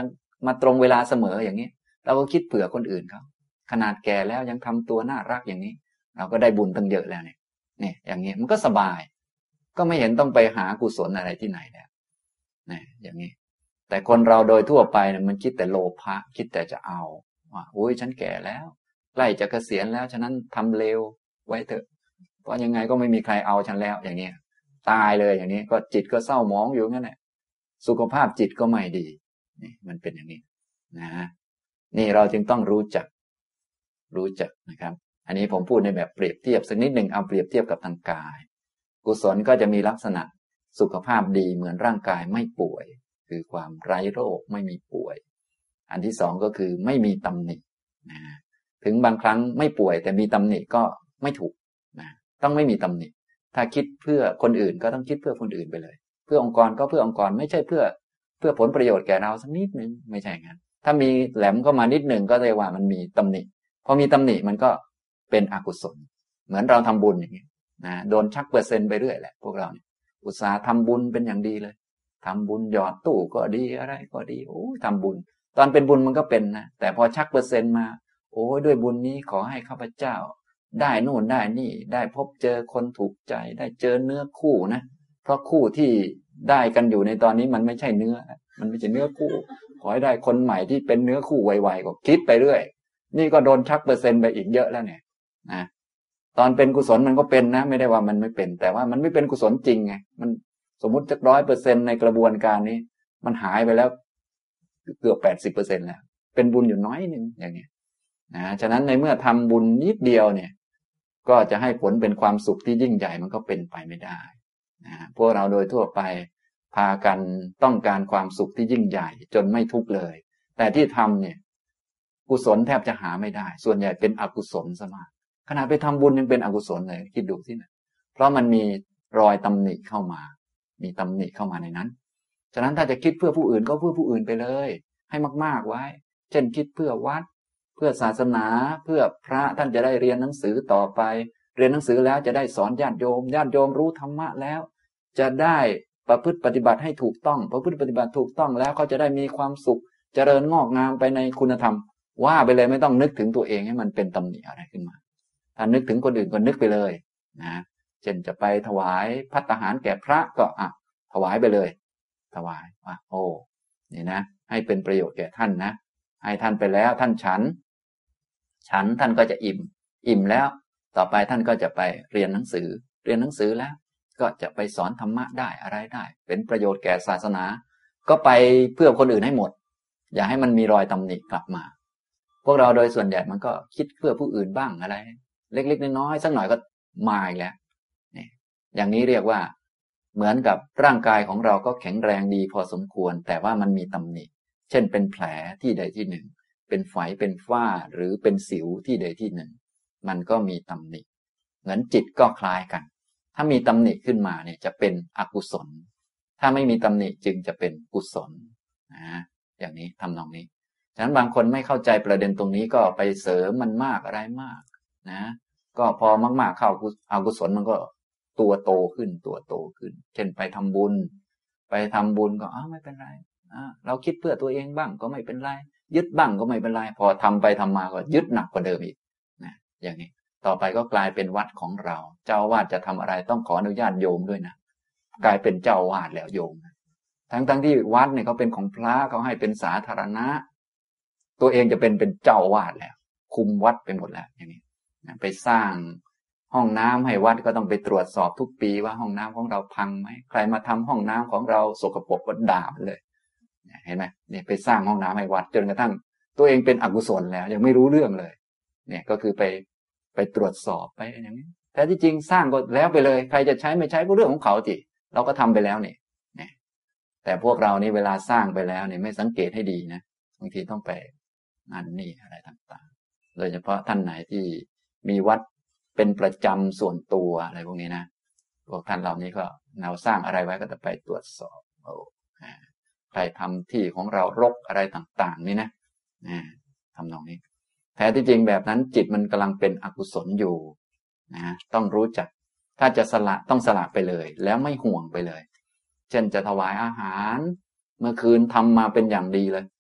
มาตรงเวลาเสมออย่างนี้เราก็คิดเผื่อคนอื่นเขาขนาดแก่แล้วยังทำตัวน่ารักอย่างนี้เราก็ได้บุญตั้งเยอะแล้วเนี่ยเนี่ยอย่างนี้มันก็สบายก็ไม่เห็นต้องไปหากุศลอะไรที่ไหนแล้วเนี่ยอย่างนี้แต่คนเราโดยทั่วไปเนี่ยมันคิดแต่โลภะคิดแต่จะเอาว่าโอ้ยฉันแก่แล้วใกล้จะเกษียณแล้วฉะนั้นทำเลวไว้เถอะเพราะยังไงก็ไม่มีใครเอาฉันแล้วอย่างนี้ตายเลยอย่างนี้ก็จิตก็เศร้าหมองอยู่งั้นแหละสุขภาพจิตก็ไม่ดีนี่มันเป็นอย่างนี้นะนี่เราจึงต้องรู้จักรู้จักนะครับอันนี้ผมพูดในแบบเปรียบเทียบสักนิดหนึ่งเอาเปรียบเทียบกับทางกายกุศลก็จะมีลักษณะสุขภาพดีเหมือนร่างกายไม่ป่วยคือความไร้โรคไม่มีป่วยอันที่สองก็คือไม่มีตำหนินะถึงบางครั้งไม่ป่วยแต่มีตำหนิก็ไม่ถูกนะต้องไม่มีตำหนิถ้าคิดเพื่อคนอื่นก็ต้องคิดเพื่อคนอื่นไปเลยเพื่อองค์กรก็เพื่อองค์กรไม่ใช่เพื่อเพื่อผลประโยชน์แก่เราสักนิดนึงไม่ใช่งั้นถ้ามีแหลมเข้ามานิดหนึ่งก็เรียกว่ามันมีตำหนิพอมีตำหนิมันก็เป็นอกุศลเหมือนเราทำบุญอย่างนี้นะโดนชักเปอร์เซ็นต์ไปเรื่อยแหละพวกเราเนี่ยอุตสาห์ทำบุญเป็นอย่างดีเลยทำบุญหยอดตู้ก็ดีอะไรก็ดีโอ้ทำบุญตอนเป็นบุญมันก็เป็นนะแต่พอชักเปอร์เซ็นต์มาโอ้ด้วยบุญนี้ขอให้ข้าพเจ้าได้โน่นได้นี่ได้พบเจอคนถูกใจได้เจอเนื้อคู่นะเพราะคู่ที่ได้กันอยู่ในตอนนี้มันไม่ใช่เนื้อมันไม่ใช่เนื้อคู่ขอให้ได้คนใหม่ที่เป็นเนื้อคู่ไวๆก็คิดไปเรื่อยนี่ก็โดนชักเปอร์เซ็นต์ไปอีกเยอะแล้วเนี่ยนะตอนเป็นกุศลมันก็เป็นนะไม่ได้ว่ามันไม่เป็นแต่ว่ามันไม่เป็นกุศลจริงไงมันสมมุติจะร้อยเปอร์เซ็นต์ในกระบวนการนี้มันหายไปแล้วเกือบแปดสิบเปอร์เซ็นต์แล้วเป็นบุญอยู่น้อยนึงอย่างนี้นะฉะนั้นในเมื่อทำบุญนิดเดียวเนี่ยก็จะให้ผลเป็นความสุขที่ยิ่งใหญ่มันก็เป็นไปไม่ได้นะพวกเราโดยทั่วไปพากันต้องการความสุขที่ยิ่งใหญ่จนไม่ทุกข์เลยแต่ที่ทำเนี่ยกุศลแทบจะหาไม่ได้ส่วนใหญ่เป็นอกุศลซะมากขณะไปทำบุญยังเป็นอกุศลเลยคิดดูสินะเพราะมันมีรอยตำหนิเข้ามามีตำหนิเข้ามาในนั้นฉะนั้นถ้าจะคิดเพื่อผู้อื่นก็เพื่อผู้อื่นไปเลยให้มากๆไว้เช่นคิดเพื่อวัดเพื่อศาสนาเพื่อพระท่านจะได้เรียนหนังสือต่อไปเรียนหนังสือแล้วจะได้สอนญาติโยมญาติโยมรู้ธรรมะแล้วจะได้ประพฤติปฏิบัติให้ถูกต้องประพฤติปฏิบัติถูกต้องแล้วเขาจะได้มีความสุขเจริญงอกงามไปในคุณธรรมว่าไปเลยไม่ต้องนึกถึงตัวเองให้มันเป็นตำหนิอะไรขึ้นมาถ้านึกถึงคนอื่นก็นึกไปเลยนะเช่นจะไปถวายภัตตาหารแก่พระก็อ่ะถวายไปเลยถวายว่าโอ้นี่นะให้เป็นประโยชน์แก่ท่านนะให้ท่านไปแล้วท่านฉันฉันท่านก็จะอิ่มอิ่มแล้วต่อไปท่านก็จะไปเรียนหนังสือเรียนหนังสือแล้วก็จะไปสอนธรรมะได้อะไรได้เป็นประโยชน์แก่ศาสนาก็ไปเพื่อคนอื่นให้หมดอย่าให้มันมีรอยตำหนิกลับมาพวกเราโดยส่วนใหญ่มันก็คิดเพื่อผู้อื่นบ้างอะไรเล็กๆน้อยๆสักหน่อยก็มาอีกแล้วนี่อย่างนี้เรียกว่าเหมือนกับร่างกายของเราก็แข็งแรงดีพอสมควรแต่ว่ามันมีตำหนิเช่นเป็นแผลที่ใดที่หนึ่งเป็นไฝเป็นฝ้าหรือเป็นสิวที่ใดที่หนึ่งมันก็มีตำหนิเหมือนจิตก็คล้ายกันถ้ามีตำหนิขึ้นมาเนี่ยจะเป็นอกุศลถ้าไม่มีตำหนิจึงจะเป็นกุศลนะอย่างนี้ทำนองนี้ฉะนั้นบางคนไม่เข้าใจประเด็นตรงนี้ก็ไปเสริมมันมากอะไรมากนะก็พอมากๆเข้าอกุศลมันก็ตัวโตขึ้นตัวโตขึ้นเช่นไปทำบุญไปทำบุญก็อ้าวไม่เป็นไรอ่าเราคิดเพื่อตัวเองบ้างก็ไม่เป็นไรยึดบ้างก็ไม่เป็นไรพอทำไปทำมาก็ยึดหนักกว่าเดิมอีกนะอย่างนี้ต่อไปก็กลายเป็นวัดของเราเจ้าวาดจะทำอะไรต้องขออนุญาตโยมด้วยนะกลายเป็นเจ้าวาดแล้วโยมนะทั้งทั้งที่วัดเนี่ยเขาเป็นของพระเขาให้เป็นสาธารณะตัวเองจะเป็นเป็นเจ้าวาดแล้วคุมวัดไปหมดแล้วอย่างนี้นะไปสร้างห้องน้ำให้วัดก็ต้องไปตรวจสอบทุกปีว่าห้องน้ำของเราพังไหมใครมาทำห้องน้ำของเราสกปรกก็ด่าไปเลยเห็นไหมเนี่ยไปสร้างห้องน้ำให้วัดจนกระทั่งตัวเองเป็นอกุศลแล้วยังไม่รู้เรื่องเลยเนี่ยก็คือไปไปตรวจสอบไปอย่างนี้แต่ที่จริงสร้างก็แล้วไปเลยใครจะใช้ไม่ใช้ก็เรื่องของเขาสิเราก็ทำไปแล้วนี่เนี่ยแต่พวกเรานี่เวลาสร้างไปแล้วเนี่ยไม่สังเกตให้ดีนะบางทีต้องไปนั่นนี่อะไรต่างๆโดยเฉพาะท่านไหนที่มีวัดเป็นประจำส่วนตัวอะไรพวกนี้นะพวกท่านเหล่านี้ก็เราสร้างอะไรไว้ก็จะไปตรวจสอบโอ้ใครทำที่ของเรารกอะไรต่างๆนี่นะทำนองนี้แท้ที่จริงแบบนั้นจิตมันกำลังเป็นอกุศลอยู่นะต้องรู้จักถ้าจะสละต้องสละไปเลยแล้วไม่ห่วงไปเลยเช่นจะถวายอาหารเมื่อคืนทำมาเป็นอย่างดีเลย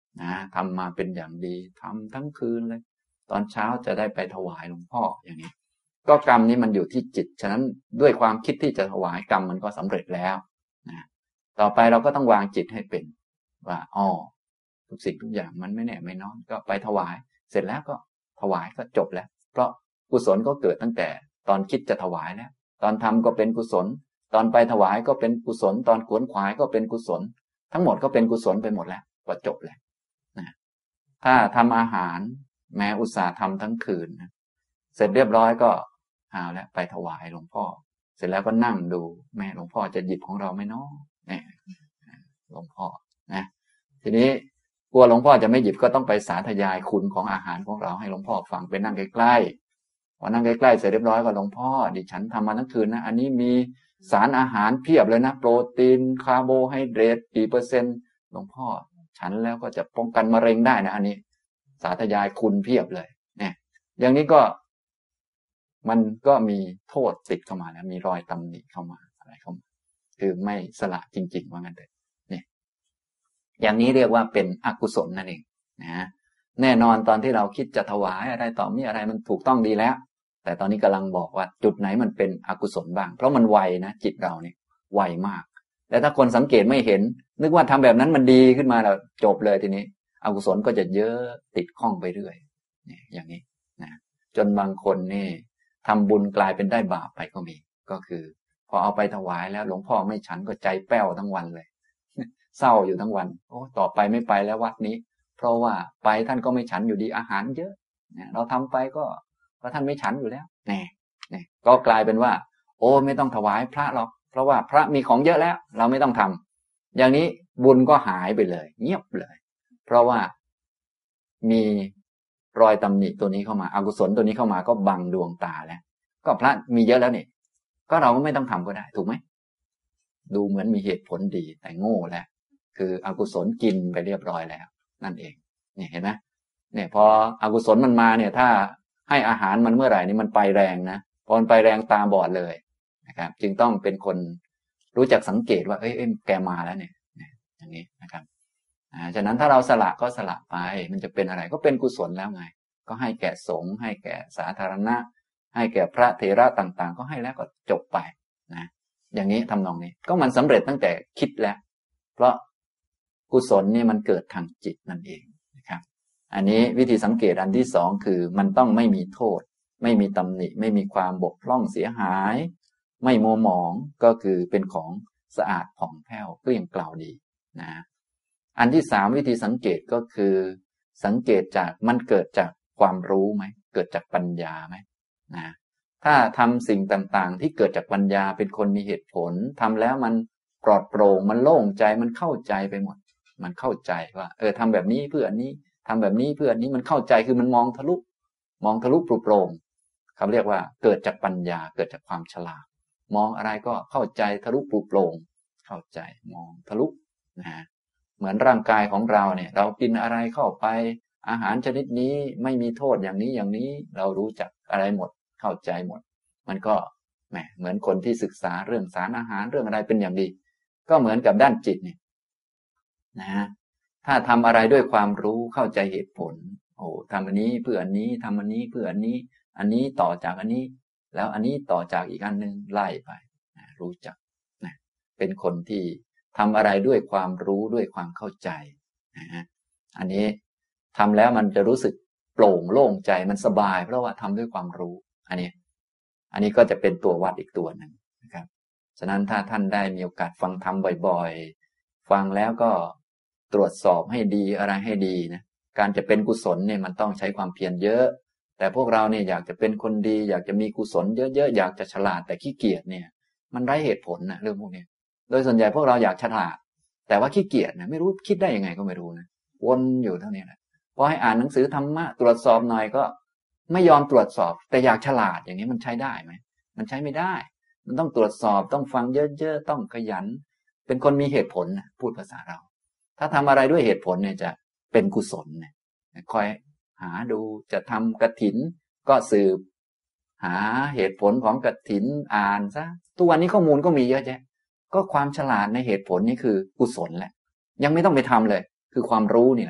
นะทำมาเป็นอย่างดีทำทั้งคืนเลยตอนเช้าจะได้ไปถวายหลวงพ่ออย่างนี้ก็กรรมนี้มันอยู่ที่จิตฉะนั้นด้วยความคิดที่จะถวายกรรมมันก็สำเร็จแล้วนะต่อไปเราก็ต้องวางจิตให้เป็นว่าอ๋อทุกสิ่งทุกอย่างมันไม่แน่ไม่นอนก็ไปถวายเสร็จแล้วก็ถวายก็จบแล้วเพราะกุศลก็เกิดตั้งแต่ตอนคิดจะถวายแล้วตอนทำก็เป็นกุศลตอนไปถวายก็เป็นกุศลตอนขวนขวายก็เป็นกุศลทั้งหมดก็เป็นกุศลไปหมดแล้วก็จบแล้วนะถ้าทำอาหารแม้อุตส่าห์ทำทั้งคืนนะเสร็จเรียบร้อยก็เอาแล้วไปถวายหลวงพ่อเสร็จแล้วก็นั่งดูแม่หลวงพ่อจะหยิบของเราไหมเนาะเนี่ยหลวงพ่อนะทีนี้กลัวหลวงพ่อจะไม่หยิบก็ต้องไปสาธยายคุณของอาหารของเราให้หลวงพ่อฟังไปนั่งใกล้ๆพอนั่งใกล้ๆเสร็จเรียบร้อยก็หลวงพ่อดิฉันทำมาทั้งคืนนะอันนี้มีสารอาหารเพียบเลยนะโปรตีนคาร์โบไฮเดรตกี่เปอร์เซ็นต์หลวงพ่อฉันแล้วก็จะป้องกันมะเร็งได้นะอันนี้สาธยายคุณเพียบเลยเนี่ยอย่างนี้ก็มันก็มีโทษติดเข้ามาแล้วมีรอยตำหนิเข้ามาอะไรเข้ามาคือไม่สละจริงๆว่างั้นเถอะเนี่ยอย่างนี้เรียกว่าเป็นอกุศลนั่นเองนะแน่นอนตอนที่เราคิดจะถวายอะไรต่อมีอะไรมันถูกต้องดีแล้วแต่ตอนนี้กำลังบอกว่าจุดไหนมันเป็นอกุศลบ้างเพราะมันไวนะจิตเราเนี่ยไวมากแต่ถ้าคนสังเกตไม่เห็นนึกว่าทำแบบนั้นมันดีขึ้นมาแล้วจบเลยทีนี้อกุศลก็จะเยอะติดข้องไปเรื่อยเนี่ยอย่างนี้นะจนบางคนนี่ทำบุญกลายเป็นได้บาปไปก็มีก็คือพอเอาไปถวายแล้วหลวงพ่อไม่ฉันก็ใจแป้วทั้งวันเลยเศร้าอยู่ทั้งวันโอ้ต่อไปไม่ไปแล้ววัดนี้เพราะว่าไปท่านก็ไม่ฉันอยู่ดีอาหารเยอะเนี่ยเราทำไปก็ก็ท่านไม่ฉันอยู่แล้วเนี่ยเนี่ยก็กลายเป็นว่าโอ้ไม่ต้องถวายพระหรอกเพราะว่าพระมีของเยอะแล้วเราไม่ต้องทำอย่างนี้บุญก็หายไปเลยเงียบเลยเพราะว่ามีรอยตำหนิตัวนี้เข้ามาอกุศลตัวนี้เข้ามาก็บังดวงตาแล้วก็พระมีเยอะแล้วนี่ก็เราก็ไม่ต้องทำก็ได้ถูกไหมดูเหมือนมีเหตุผลดีแต่โง่แล้วคืออกุศลกินไปเรียบร้อยแล้วนั่นเองเนี่ยเห็นไหมเนี่ยพออกุศลมันมาเนี่ยถ้าให้อาหารมันเมื่อไหร่นี่มันไปแรงนะพอมันไปแรงตาบอดเลยนะครับจึงต้องเป็นคนรู้จักสังเกตว่าเอ้ยแกมาแล้วเนี่ยอย่างนี้นะครับอ่าฉะนั้นถ้าเราสละก็สละไปมันจะเป็นอะไรก็เป็นกุศลแล้วไงก็ให้แก่สงฆ์ให้แก่สาธารณะให้แก่พระเถระต่างๆก็ให้แล้วก็จบไปนะอย่างนี้ทำนองนี้ก็มันสำเร็จตั้งแต่คิดแล้วเพราะกุศลนี่มันเกิดทางจิตนั่นเองนะครับอันนี้วิธีสังเกตอันที่สองคือมันต้องไม่มีโทษไม่มีตำหนิไม่มีความบกพร่องเสียหายไม่มัวหมองก็คือเป็นของสะอาดผ่องแผ้วเกลี้ยงเกลาดีนะอันที่สามวิธีสังเกตก็คือสังเกตจากมันเกิดจากความรู้ไหมเกิดจากปัญญาไหมนะถ้าทำสิ่งต่างๆที่เกิดจากปัญญาเป็นคนมีเหตุผลทำแล้วมันปลอดโปร่งมันโล่งใจมันเข้าใจไปหมดมันเข้าใจว่าเออทำแบบนี้เพื่ออันนี้ทำแบบนี้เพื่ออันนี้มันเข้าใจคือมันมองทะลุมองทะลุปลุกโปร่งเขาเรียกว่าเกิดจากปัญญาเกิดจากความฉลาดมองอะไรก็เข้าใจทะลุปลุกโปร่งเข้าใจมองทะลุนะฮะเหมือนร่างกายของเราเนี่ยเรากินอะไรเข้าไปอาหารชนิดนี้ไม่มีโทษอย่างนี้อย่างนี้เรารู้จักอะไรหมดเข้าใจหมดมันก็แหมเหมือนคนที่ศึกษาเรื่องสารอาหารเรื่องอะไรเป็นอย่างดีก็เหมือนกับด้านจิตเนี่ยนะฮะถ้าทำอะไรด้วยความรู้เข้าใจเหตุผลโอ้ทำอันนี้เพื่ออันนี้ทำอันนี้เพื่ออันนี้อันนี้ต่อจากอันนี้แล้วอันนี้ต่อจากอีกอันนึงไล่ไปนะรู้จักนะเป็นคนที่ทำอะไรด้วยความรู้ด้วยความเข้าใจนะฮะอันนี้ทำแล้วมันจะรู้สึกโปร่งโล่งใจมันสบายเพราะว่าทำด้วยความรู้อันนี้อันนี้ก็จะเป็นตัววัดอีกตัวหนึ่งนะครับฉะนั้นถ้าท่านได้มีโอกาสฟังธรรมบ่อยๆฟังแล้วก็ตรวจสอบให้ดีอะไรให้ดีนะการจะเป็นกุศลเนี่ยมันต้องใช้ความเพียรเยอะแต่พวกเราเนี่ยอยากจะเป็นคนดีอยากจะมีกุศลเยอะๆอยากจะฉลาดแต่ขี้เกียจเนี่ยมันไร้เหตุผลนะเรื่องพวกนี้โดยส่วนใหญ่พวกเราอยากฉลาดแต่ว่าขี้เกียจนะไม่รู้คิดได้ยังไงก็ไม่รู้นะวนอยู่เท่านี้แหละพอให้อ่านหนังสือธรรมะตรวจสอบหน่อยก็ไม่ยอมตรวจสอบแต่อยากฉลาดอย่างนี้มันใช้ได้ไหมมันใช้ไม่ได้มันต้องตรวจสอบต้องฟังเยอะๆต้องขยันเป็นคนมีเหตุผลนะพูดภาษาเราถ้าทำอะไรด้วยเหตุผลเนี่ยจะเป็นกุศลเนี่ยคอยหาดูจะทำกฐินก็สืบหาเหตุผลของกฐินอ่านซะทุกวันนี้ข้อมูลก็มีเยอะแยะก็ความฉลาดในเหตุผลนี่คือกุศลแหละยังไม่ต้องไปทำเลยคือความรู้นี่แหละ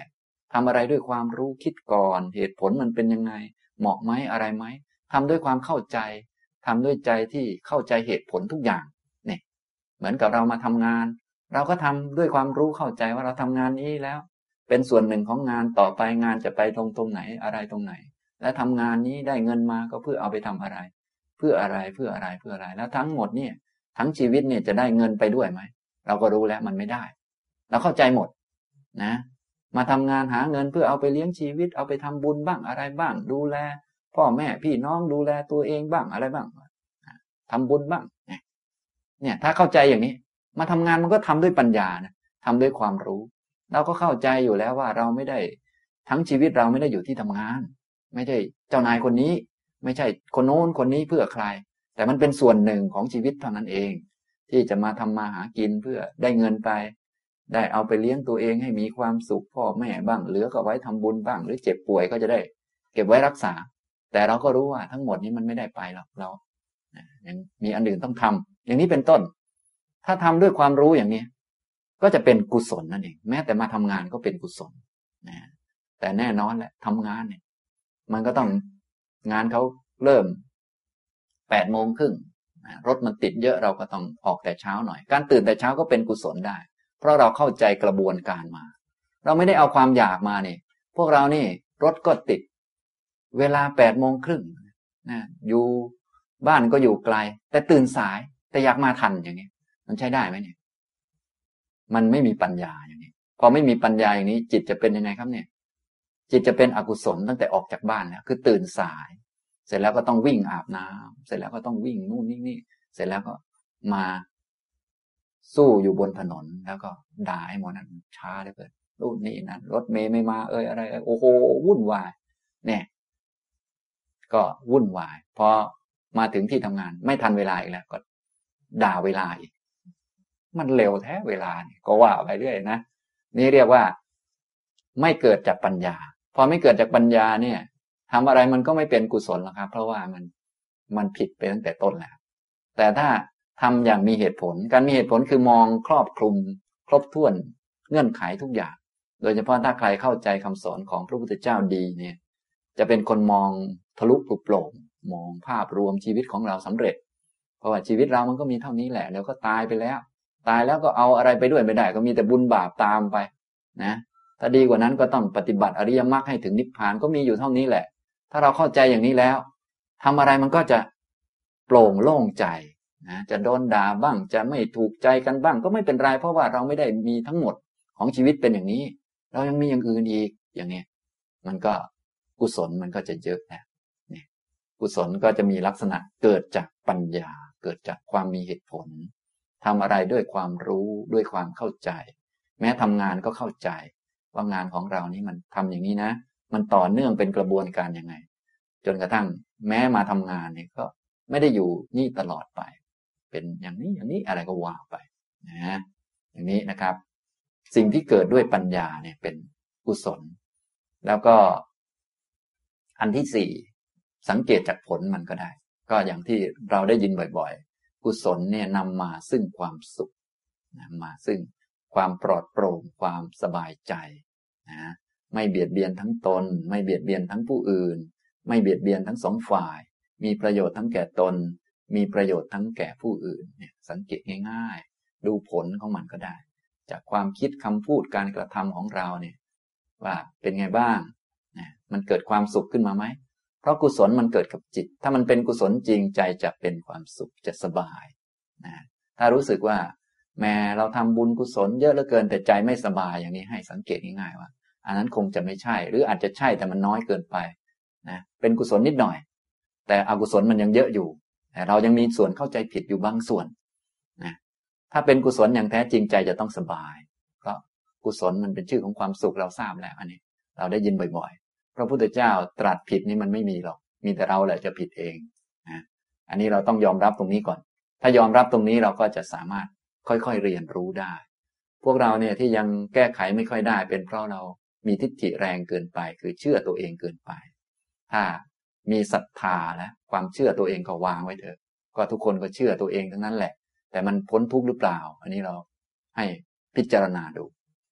ทำอะไรด้วยความรู้คิดก่อนเหตุผลมันเป็นยังไงเหมาะไหมอะไรไหมทำด้วยความเข้าใจทำด้วยใจที่เข้าใจเหตุผลทุกอย่างเนี่ยเหมือนกับเรามาทำงานเราก็ทำด้วยความรู้เข้าใจว่าเราทำงานนี้แล้วเป็นส่วนหนึ่งของงานต่อไปงานจะไปตรงตรงไหนอะไรตรงไหนและทำงานนี้ได้เงินมาก็เพื่อเอาไปทำอะไรเพื่ออะไรเพื่ออะไรเพื่ออะไรแล้วทั้งหมดเนี่ยทั้งชีวิตเนี่ยจะได้เงินไปด้วยไหมเราก็รู้แล้วมันไม่ได้เราเข้าใจหมดนะมาทำงานหาเงินเพื่อเอาไปเลี้ยงชีวิตเอาไปทำบุญบ้างอะไรบ้างดูแลพ่อแม่พี่น้องดูแลตัวเองบ้างอะไรบ้างทำบุญบ้างเนี่ยถ้าเข้าใจอย่างนี้มาทำงานมันก็ทำด้วยปัญญานะทำด้วยความรู้เราก็เข้าใจอยู่แล้วว่าเราไม่ได้ทั้งชีวิตเราไม่ได้อยู่ที่ทำงานไม่ได้เจ้านายคนนี้ไม่ใช่คนโน้นคนนี้เพื่อใครแต่มันเป็นส่วนหนึ่งของชีวิตเท่านั้นเองที่จะมาทำมาหากินเพื่อได้เงินไปได้เอาไปเลี้ยงตัวเองให้มีความสุขพ่อแม่บ้างเหลือก็ไว้ทำบุญบ้างหรือเจ็บป่วยก็จะได้เก็บไว้รักษาแต่เราก็รู้ว่าทั้งหมดนี้มันไม่ได้ไปหรอกเรายังมีอันอื่นต้องทำอย่างนี้เป็นต้นถ้าทำด้วยความรู้อย่างนี้ก็จะเป็นกุศลนั่นเองแม้แต่มาทำงานก็เป็นกุศลนะแต่แน่นอนแหละทำงานเนี่ยมันก็ต้องงานเขาเริ่มแปดโมงครึ่งรถมันติดเยอะเราก็ต้องออกแต่เช้าหน่อยการตื่นแต่เช้าก็เป็นกุศลได้เพราะเราเข้าใจกระบวนการมาเราไม่ได้เอาความอยากมาเนี่ยพวกเรานี่รถก็ติดเวลาแปดโมงครึ่งนะอยู่บ้านก็อยู่ไกลแต่ตื่นสายแต่อยากมาทันอย่างนี้มันใช้ได้ไหมเนี่ยมันไม่มีปัญญาอย่างนี้พอไม่มีปัญญาอย่างนี้จิตจะเป็นยังไงครับเนี่ยจิตจะเป็นอกุศลตั้งแต่ออกจากบ้านแล้วคือตื่นสายเสร็จแล้วก็ต้องวิ่งอาบน้ำเสร็จแล้วก็ต้องวิ่งนู่นนี่นี่เสร็จแล้วก็มาสู้อยู่บนถนนแล้วก็ด่าให้หมอนั้นช้าเหลือเกินนู่นนี่นั่นรถเมย์ไม่มาเอ้ยอะไรโอ้โหวุ่นวายเนี่ยก็วุ่นวายพอมาถึงที่ทำงานไม่ทันเวลาอีกแล้วก็ด่าเวลาอีกมันเร็วแท้เวลาเนี่ยก็ว่าไปเรื่อยนะนี่เรียกว่าไม่เกิดจากปัญญาพอไม่เกิดจากปัญญาเนี่ยทำอะไรมันก็ไม่เป็นกุศลหรอกครับเพราะว่ามันมันผิดไปตั้งแต่ต้นแล้วแต่ถ้าทำอย่างมีเหตุผลการมีเหตุผลคือมองครอบคลุมครบถ้วนเงื่อนไขทุกอย่างโดยเฉพาะถ้าใครเข้าใจคำสอนของพระพุทธเจ้าดีเนี่ยจะเป็นคนมองทะลุปลุกโปร่งมองภาพรวมชีวิตของเราสำเร็จเพราะว่าชีวิตเรามันก็มีเท่านี้แหละแล้วก็ตายไปแล้วตายแล้วก็เอาอะไรไปด้วยไม่ได้ก็มีแต่บุญบาปตามไปนะถ้าดีกว่านั้นก็ต้องปฏิบัติอริยมรรคให้ถึงนิพพานก็มีอยู่เท่านี้แหละถ้าเราเข้าใจอย่างนี้แล้วทำอะไรมันก็จะโปร่งโล่งใจนะจะโดนด่าบ้างจะไม่ถูกใจกันบ้างก็ไม่เป็นไรเพราะว่าเราไม่ได้มีทั้งหมดของชีวิตเป็นอย่างนี้เรายังมีอย่างอื่นอีกอย่างนี้มันก็กุศลมันก็จะเยอะนะเนี่ยกุศลก็จะมีลักษณะเกิดจากปัญญาเกิดจากความมีเหตุผลทำอะไรด้วยความรู้ด้วยความเข้าใจแม้ทำงานก็เข้าใจว่างานของเรานี้มันทำอย่างนี้นะมันต่อเนื่องเป็นกระบวนการยังไงจนกระทั่งแม้มาทำงานเนี่ยก็ไม่ได้อยู่นี่ตลอดไปเป็นอย่างนี้อย่างนี้อะไรก็ว่าไปนะอย่างนี้นะครับสิ่งที่เกิดด้วยปัญญาเนี่ยเป็นกุศลแล้วก็อันที่สี่สังเกตจากผลมันก็ได้ก็อย่างที่เราได้ยินบ่อยๆกุศลเนี่ยนำมาซึ่งความสุขนำมาซึ่งความปลอดโปร่งความสบายใจนะไม่เบียดเบียนทั้งตนไม่เบียดเบียนทั้งผู้อื่นไม่เบียดเบียนทั้งสองฝ่ายมีประโยชน์ทั้งแก่ตนมีประโยชน์ทั้งแก่ผู้อื่นเนี่ยสังเกตง่ายๆดูผลของมันก็ได้จากความคิดคำพูดการกระทำของเราเนี่ยว่าเป็นไงบ้างนะมันเกิดความสุขขึ้นมาไหมเพราะกุศลมันเกิดกับจิตถ้ามันเป็นกุศลจริงใจจะเป็นความสุขจะสบายนะถ้ารู้สึกว่าแม้เราทำบุญกุศลเยอะเหลือเกินแต่ใจไม่สบายอย่างนี้ให้สังเกตง่ายๆว่าอันนั้นคงจะไม่ใช่หรืออาจจะใช่แต่มันน้อยเกินไปนะเป็นกุศลนิดหน่อยแต่อกุศลมันยังเยอะอยู่แต่เรายังมีส่วนเข้าใจผิดอยู่บางส่วนนะถ้าเป็นกุศลอย่างแท้จริงใจจะต้องสบายเพราะกุศลมันเป็นชื่อของความสุขเราทราบแล้วอันนี้เราได้ยินบ่อยๆพระพุทธเจ้าตรัสผิดนี่มันไม่มีหรอกมีแต่เราแหละจะผิดเองนะอันนี้เราต้องยอมรับตรงนี้ก่อนถ้ายอมรับตรงนี้เราก็จะสามารถค่อยๆเรียนรู้ได้พวกเราเนี่ยที่ยังแก้ไขไม่ค่อยได้เป็นเพราะเรามีทิฏฐิแรงเกินไปคือเชื่อตัวเองเกินไปถ้ามีศรัทธาและความเชื่อตัวเองก็วางไว้เถอะก็ทุกคนก็เชื่อตัวเองทั้งนั้นแหละแต่มันพ้นทุกข์หรือเปล่าอันนี้เราให้พิจารณาดู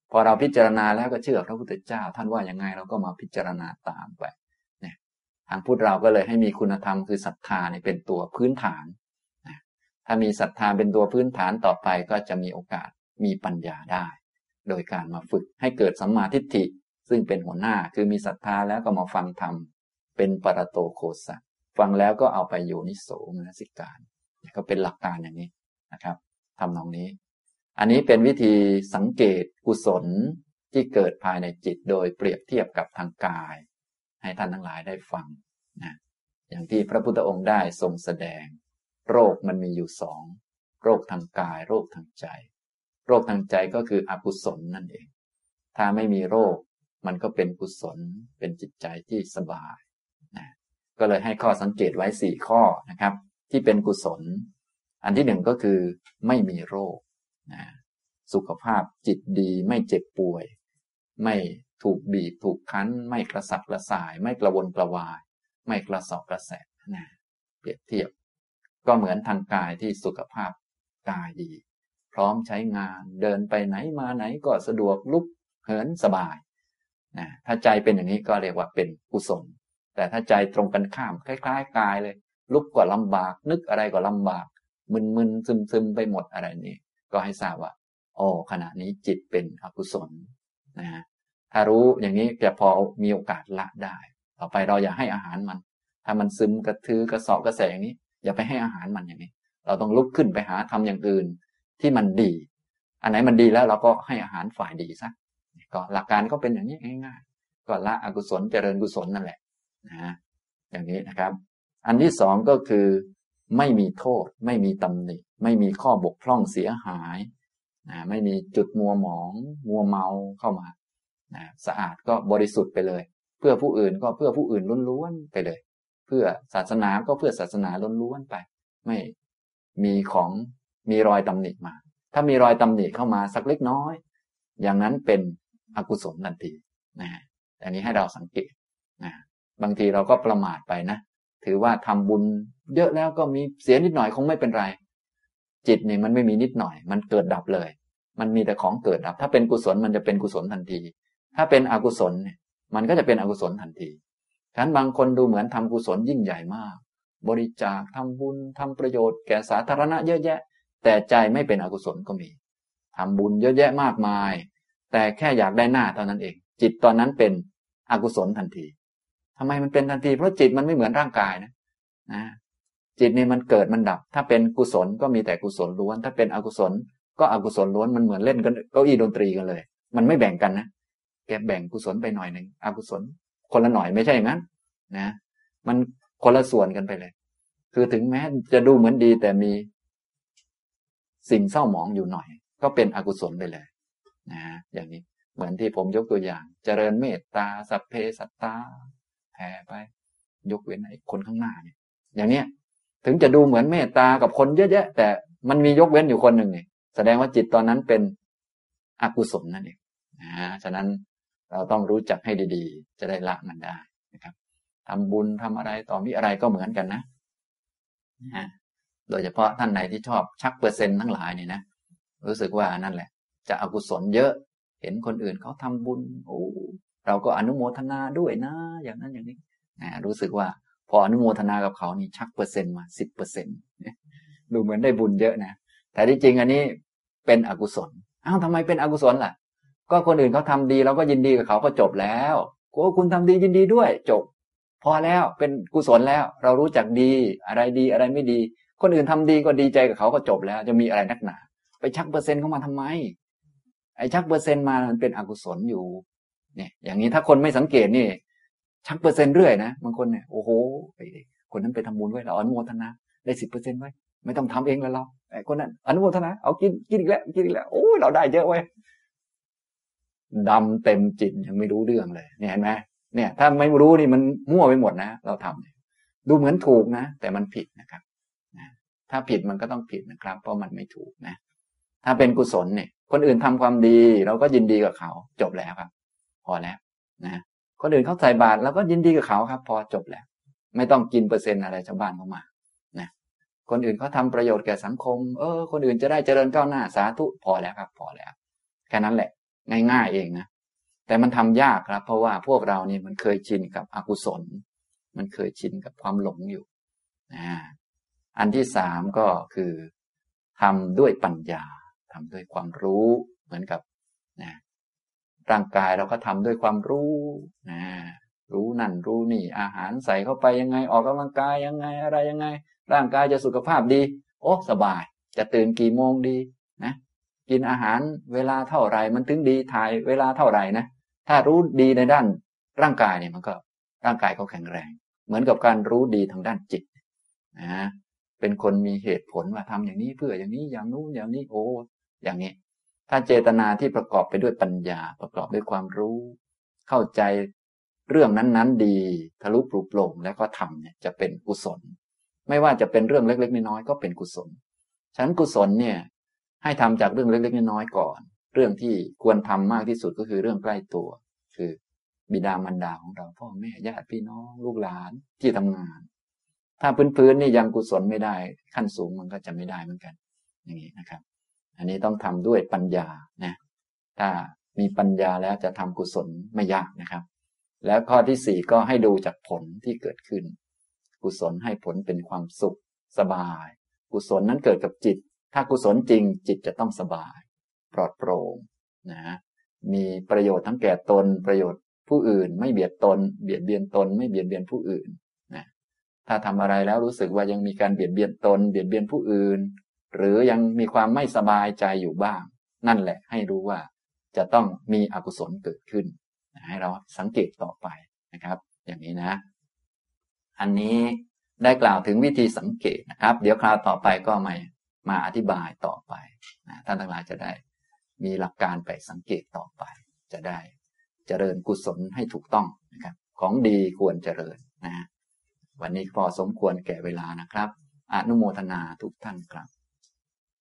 พอเราพิจารณาแล้วก็เชื่อพระพุทธเจ้าท่านว่ายังไงเราก็มาพิจารณาตามไปเนี่ยทางพุทธเราก็เลยให้มีคุณธรรมคือศรัทธาเนี่ยเป็นตัวพื้นฐานนะถ้ามีศรัทธาเป็นตัวพื้นฐานต่อไปก็จะมีโอกาสมีปัญญาได้โดยการมาฝึกให้เกิดสัมมาทิฏฐิซึ่งเป็นหัวหน้าคือมีศรัทธาแล้วก็มาฟังธรรมเป็นปรโตโคสะฟังแล้วก็เอาไปโยนิโสมนสิการก็เป็นหลักการอย่างนี้นะครับทำนองนี้อันนี้เป็นวิธีสังเกตกุศลที่เกิดภายในจิตโดยเปรียบเทียบกับทางกายให้ท่านทั้งหลายได้ฟังนะอย่างที่พระพุทธองค์ได้ทรงแสดงโรคมันมีอยู่สองโรคทางกายโรคทางใจโรคทางใจก็คืออกุศลนั่นเองถ้าไม่มีโรคมันก็เป็นกุศลเป็นจิตใจที่สบายนะก็เลยให้ข้อสังเกตไว้สี่ข้อนะครับที่เป็นกุศลอันที่หนึ่งก็คือไม่มีโรคนะสุขภาพจิตดีไม่เจ็บป่วยไม่ถูกบีบถูกคั้นไม่กระสับกระส่ายไม่กระวนกระวายไม่กระสอบกระแสะนะเปรียบเทียบก็เหมือนทางกายที่สุขภาพกายดีพร้อมใช้งานเดินไปไหนมาไหนก็สะดวกลุกเหินสบายนะถ้าใจเป็นอย่างนี้ก็เรียกว่าเป็นกุศลแต่ถ้าใจตรงกันข้ามคล้ายๆกายเลยลุกก็ลำบากนึกอะไรก็ลำบากมึนๆซึมๆไปหมดอะไรนี้ก็ให้ทราบว่าอ๋อขณะนี้จิตเป็นอกุศลนะฮะถ้ารู้อย่างนี้จะพอมีโอกาสละได้ต่อไปเราอย่าให้อาหารมันถ้ามันซึมกระทือกระสอบกระแสอย่างนี้อย่าไปให้อาหารมันอย่างนี้เราต้องลุกขึ้นไปหาทำอย่างอื่นที่มันดีอันไหนมันดีแล้วเราก็ให้อาหารฝ่ายดีซะก็หลักการก็เป็นอย่างนี้ง่ายๆก็ละอกุศลเจริญกุศลนั่นแหละนะอย่างนี้นะครับอันที่สองก็คือไม่มีโทษไม่มีตำหนิไม่มีข้อบกพร่องเสียหายนะไม่มีจุดมัวหมองมัวเมาเข้ามานะสะอาดก็บริสุทธิ์ไปเลยเพื่อผู้อื่นก็เพื่อผู้อื่นล้วนๆไปเลยเพื่อศาสนาก็เพื่อศาสนาล้วนๆไปไม่มีของมีรอยตำหนิมาถ้ามีรอยตำหนิเข้ามาสักเล็กน้อยอย่างนั้นเป็นอกุศลทันทีนะอันนี้ให้เราสังเกตนะบางทีเราก็ประมาทไปนะถือว่าทำบุญเยอะแล้วก็มีเสียนิดหน่อยคงไม่เป็นไรจิตนี่มันไม่มีนิดหน่อยมันเกิดดับเลยมันมีแต่ของเกิดดับถ้าเป็นกุศลมันจะเป็นกุศลทันทีถ้าเป็นอกุศลเนี่ยมันก็จะเป็นอกุศลทันทีฉะนั้นบางคนดูเหมือนทำกุศลยิ่งใหญ่มากบริจาคทำบุญทำประโยชน์แก่สาธารณะเยอะแยะแต่ใจไม่เป็นอกุศลก็มีทำบุญเยอะแยะมากมายแต่แค่อยากได้หน้าเท่านั้นเองจิตตอนนั้นเป็นอกุศลทันทีทำไมมันเป็นทันทีเพราะจิตมันไม่เหมือนร่างกายนะนะจิตนี่มันเกิดมันดับถ้าเป็นกุศลก็มีแต่กุศลล้วนถ้าเป็นอกุศลก็อกุศลล้วนมันเหมือนเล่นกันเก้าอี้ดนตรีกันเลยมันไม่แบ่งกันนะแกแบ่งกุศลไปหน่อยหนึ่งอกุศลคนละหน่อยไม่ใช่อย่างนั้นนะมันคนละส่วนกันไปเลยคือถึงแม้จะดูเหมือนดีแต่มีสิ่งเศร้าหมองอยู่หน่อยก็เป็นอกุศลไปเลยนะอย่างนี้เหมือนที่ผมยกตัวอย่างเจริญเมตตาสัพเพสัตตาแผ่ไปยกเว้นไอ้คนข้างหน้าเนี่ยอย่างเนี้ยถึงจะดูเหมือนเมตตากับคนเยอะแยะแต่มันมียกเว้นอยู่คนหนึ่งเนี่ยแสดงว่าจิตตอนนั้นเป็นอกุศลนั่นเองนะฉะนั้นเราต้องรู้จักให้ดีๆจะได้ละมันได้นะครับทำบุญทำอะไรต่อมีอะไรก็เหมือนกันนะนะโดยเฉพาะท่านไหนที่ชอบชักเปอร์เซ็นต์ทั้งหลายนี่นะรู้สึกว่านั่นแหละจะอกุศลเยอะเห็นคนอื่นเขาทำบุญโอ้เราก็อนุโมทนาด้วยนะอย่างนั้นอย่างนี้นะรู้สึกว่าพออนุโมทนากับเขานี่ชักเปอร์เซ็นต์มาสิบเปอร์เซ็นต์ดูเหมือนได้บุญเยอะนะแต่ที่จริงอันนี้เป็นอกุศลอ้าวทำไมเป็นอกุศลล่ะก็คนอื่นเขาทำดีเราก็ยินดีกับเขาก็จบแล้วโอ้คุณทำดียินดีด้วยจบพอแล้วเป็นกุศลแล้วเรารู้จักดีอะไรดีอะไรไม่ดีคนอื่นทำดีก็ดีใจกับเขาก็จบแล้วจะมีอะไรนักหนาไปชักเปอร์เซ็นต์เข้ามาทำไมไอ้ชักเปอร์เซ็นต์มามันเป็นอกุศลอยู่เนี่ยอย่างนี้ถ้าคนไม่สังเกตนี่ชักเปอร์เซ็นต์เรื่อยนะบางคนเนี่ยโอ้โหคนนั้นไปทำบุญไว้เราอนุโมทนาได้สิบเปอร์เซ็นต์ไว้ไม่ต้องทำเองแล้วเราไอ้คนนั้นอนุโมทนาเอากินกินอีกแล้วกินอีกแล้วโอ้เราได้เยอะเว้ยดำเต็มจิตยังไม่รู้เรื่องเลยเนี่ยเห็นไหมเนี่ยถ้าไม่รู้นี่มันมั่วไปหมดนะเราทำดูเหมือนถูกนะแต่มันผิดนะครับถ้าผิดมันก็ต้องผิดนะครับเพราะมันไม่ถูกนะถ้าเป็นกุศลเนี่ยคนอื่นทำความดีเราก็ยินดีกับเขาจบแล้วครับพอแล้วนะคนอื่นเขาใส่บาตรเราก็ยินดีกับเขาครับพอจบแล้วไม่ต้องกินเปอร์เซ็นต์อะไรชาวบ้านเขามานะคนอื่นเขาทำประโยชน์แก่สังคมเออคนอื่นจะได้เจริญก้าวหน้าสาธุพอแล้วครับพอแล้วแค่นั้นแหละง่ายๆเองนะแต่มันทำยากครับเพราะว่าพวกเรานี่มันเคยชินกับอกุศลมันเคยชินกับความหลงอยู่นะอันที่สามก็คือทำด้วยปัญญาทำด้วยความรู้เหมือนกับนะร่างกายเราก็ทำด้วยความรู้นะรู้นั่นรู้นี่อาหารใส่เข้าไปยังไงออกกำลังกายยังไงอะไรยังไงร่างกายจะสุขภาพดีโอ้สบายจะตื่นกี่โมงดีนะกินอาหารเวลาเท่าไหร่มันถึงดีถ่ายเวลาเท่าไหร่นะถ้ารู้ดีในด้านร่างกายเนี่ยมันก็ร่างกายเขาแข็งแรงเหมือนกับการรู้ดีทางด้านจิตนะเป็นคนมีเหตุผลว่าทำอย่างนี้เพื่ออย่างนี้อย่างนู้นอย่างนี้โอ้อย่างนี้ถ้าเจตนาที่ประกอบไปด้วยปัญญาประกอบด้วยความรู้เข้าใจเรื่องนั้นๆดีทะลุปลุกโปร่งแล้วก็ทำเนี่ยจะเป็นกุศลไม่ว่าจะเป็นเรื่องเล็กๆน้อยๆก็เป็นกุศลฉะนั้นกุศลเนี่ยให้ทำจากเรื่องเล็กๆน้อยๆก่อนเรื่องที่ควรทำมากที่สุดก็คือเรื่องใกล้ตัวคือบิดามารดาของเราพ่อแม่ญาติพี่น้องลูกหลานที่ทำงานถ้าพื้นๆนี่ยังกุศลไม่ได้ขั้นสูงมันก็จะไม่ได้เหมือนกันอย่างนี้นะครับอันนี้ต้องทำด้วยปัญญานะถ้ามีปัญญาแล้วจะทำกุศลไม่ยากนะครับแล้วข้อที่สี่ก็ให้ดูจากผลที่เกิดขึ้นกุศลให้ผลเป็นความสุขสบายกุศลนั้นเกิดกับจิตถ้ากุศลจริงจิตจะต้องสบายปลอดโปร่งนะมีประโยชน์ทั้งแก่ตนประโยชน์ผู้อื่นไม่เบียดตนเบียดเบียนตนไม่เบียดเบียนผู้อื่นนะถ้าทำอะไรแล้วรู้สึกว่ายังมีการเบียดเบียนตนเบียดเบียนผู้อื่นหรือยังมีความไม่สบายใจอยู่บ้างนั่นแหละให้รู้ว่าจะต้องมีอกุศลเกิดขึ้นให้เราสังเกตต่อไปนะครับอย่างนี้นะอันนี้ได้กล่าวถึงวิธีสังเกตนะครับเดี๋ยวคราวต่อไปก็มามาอธิบายต่อไปนะท่านทั้งหลายจะได้มีหลักการไปสังเกตต่อไปจะได้เจริญกุศลให้ถูกต้องนะครับของดีควรเจริญนะวันนี้พอสมควรแก่เวลานะครับอนุโมทนาทุกท่านครับ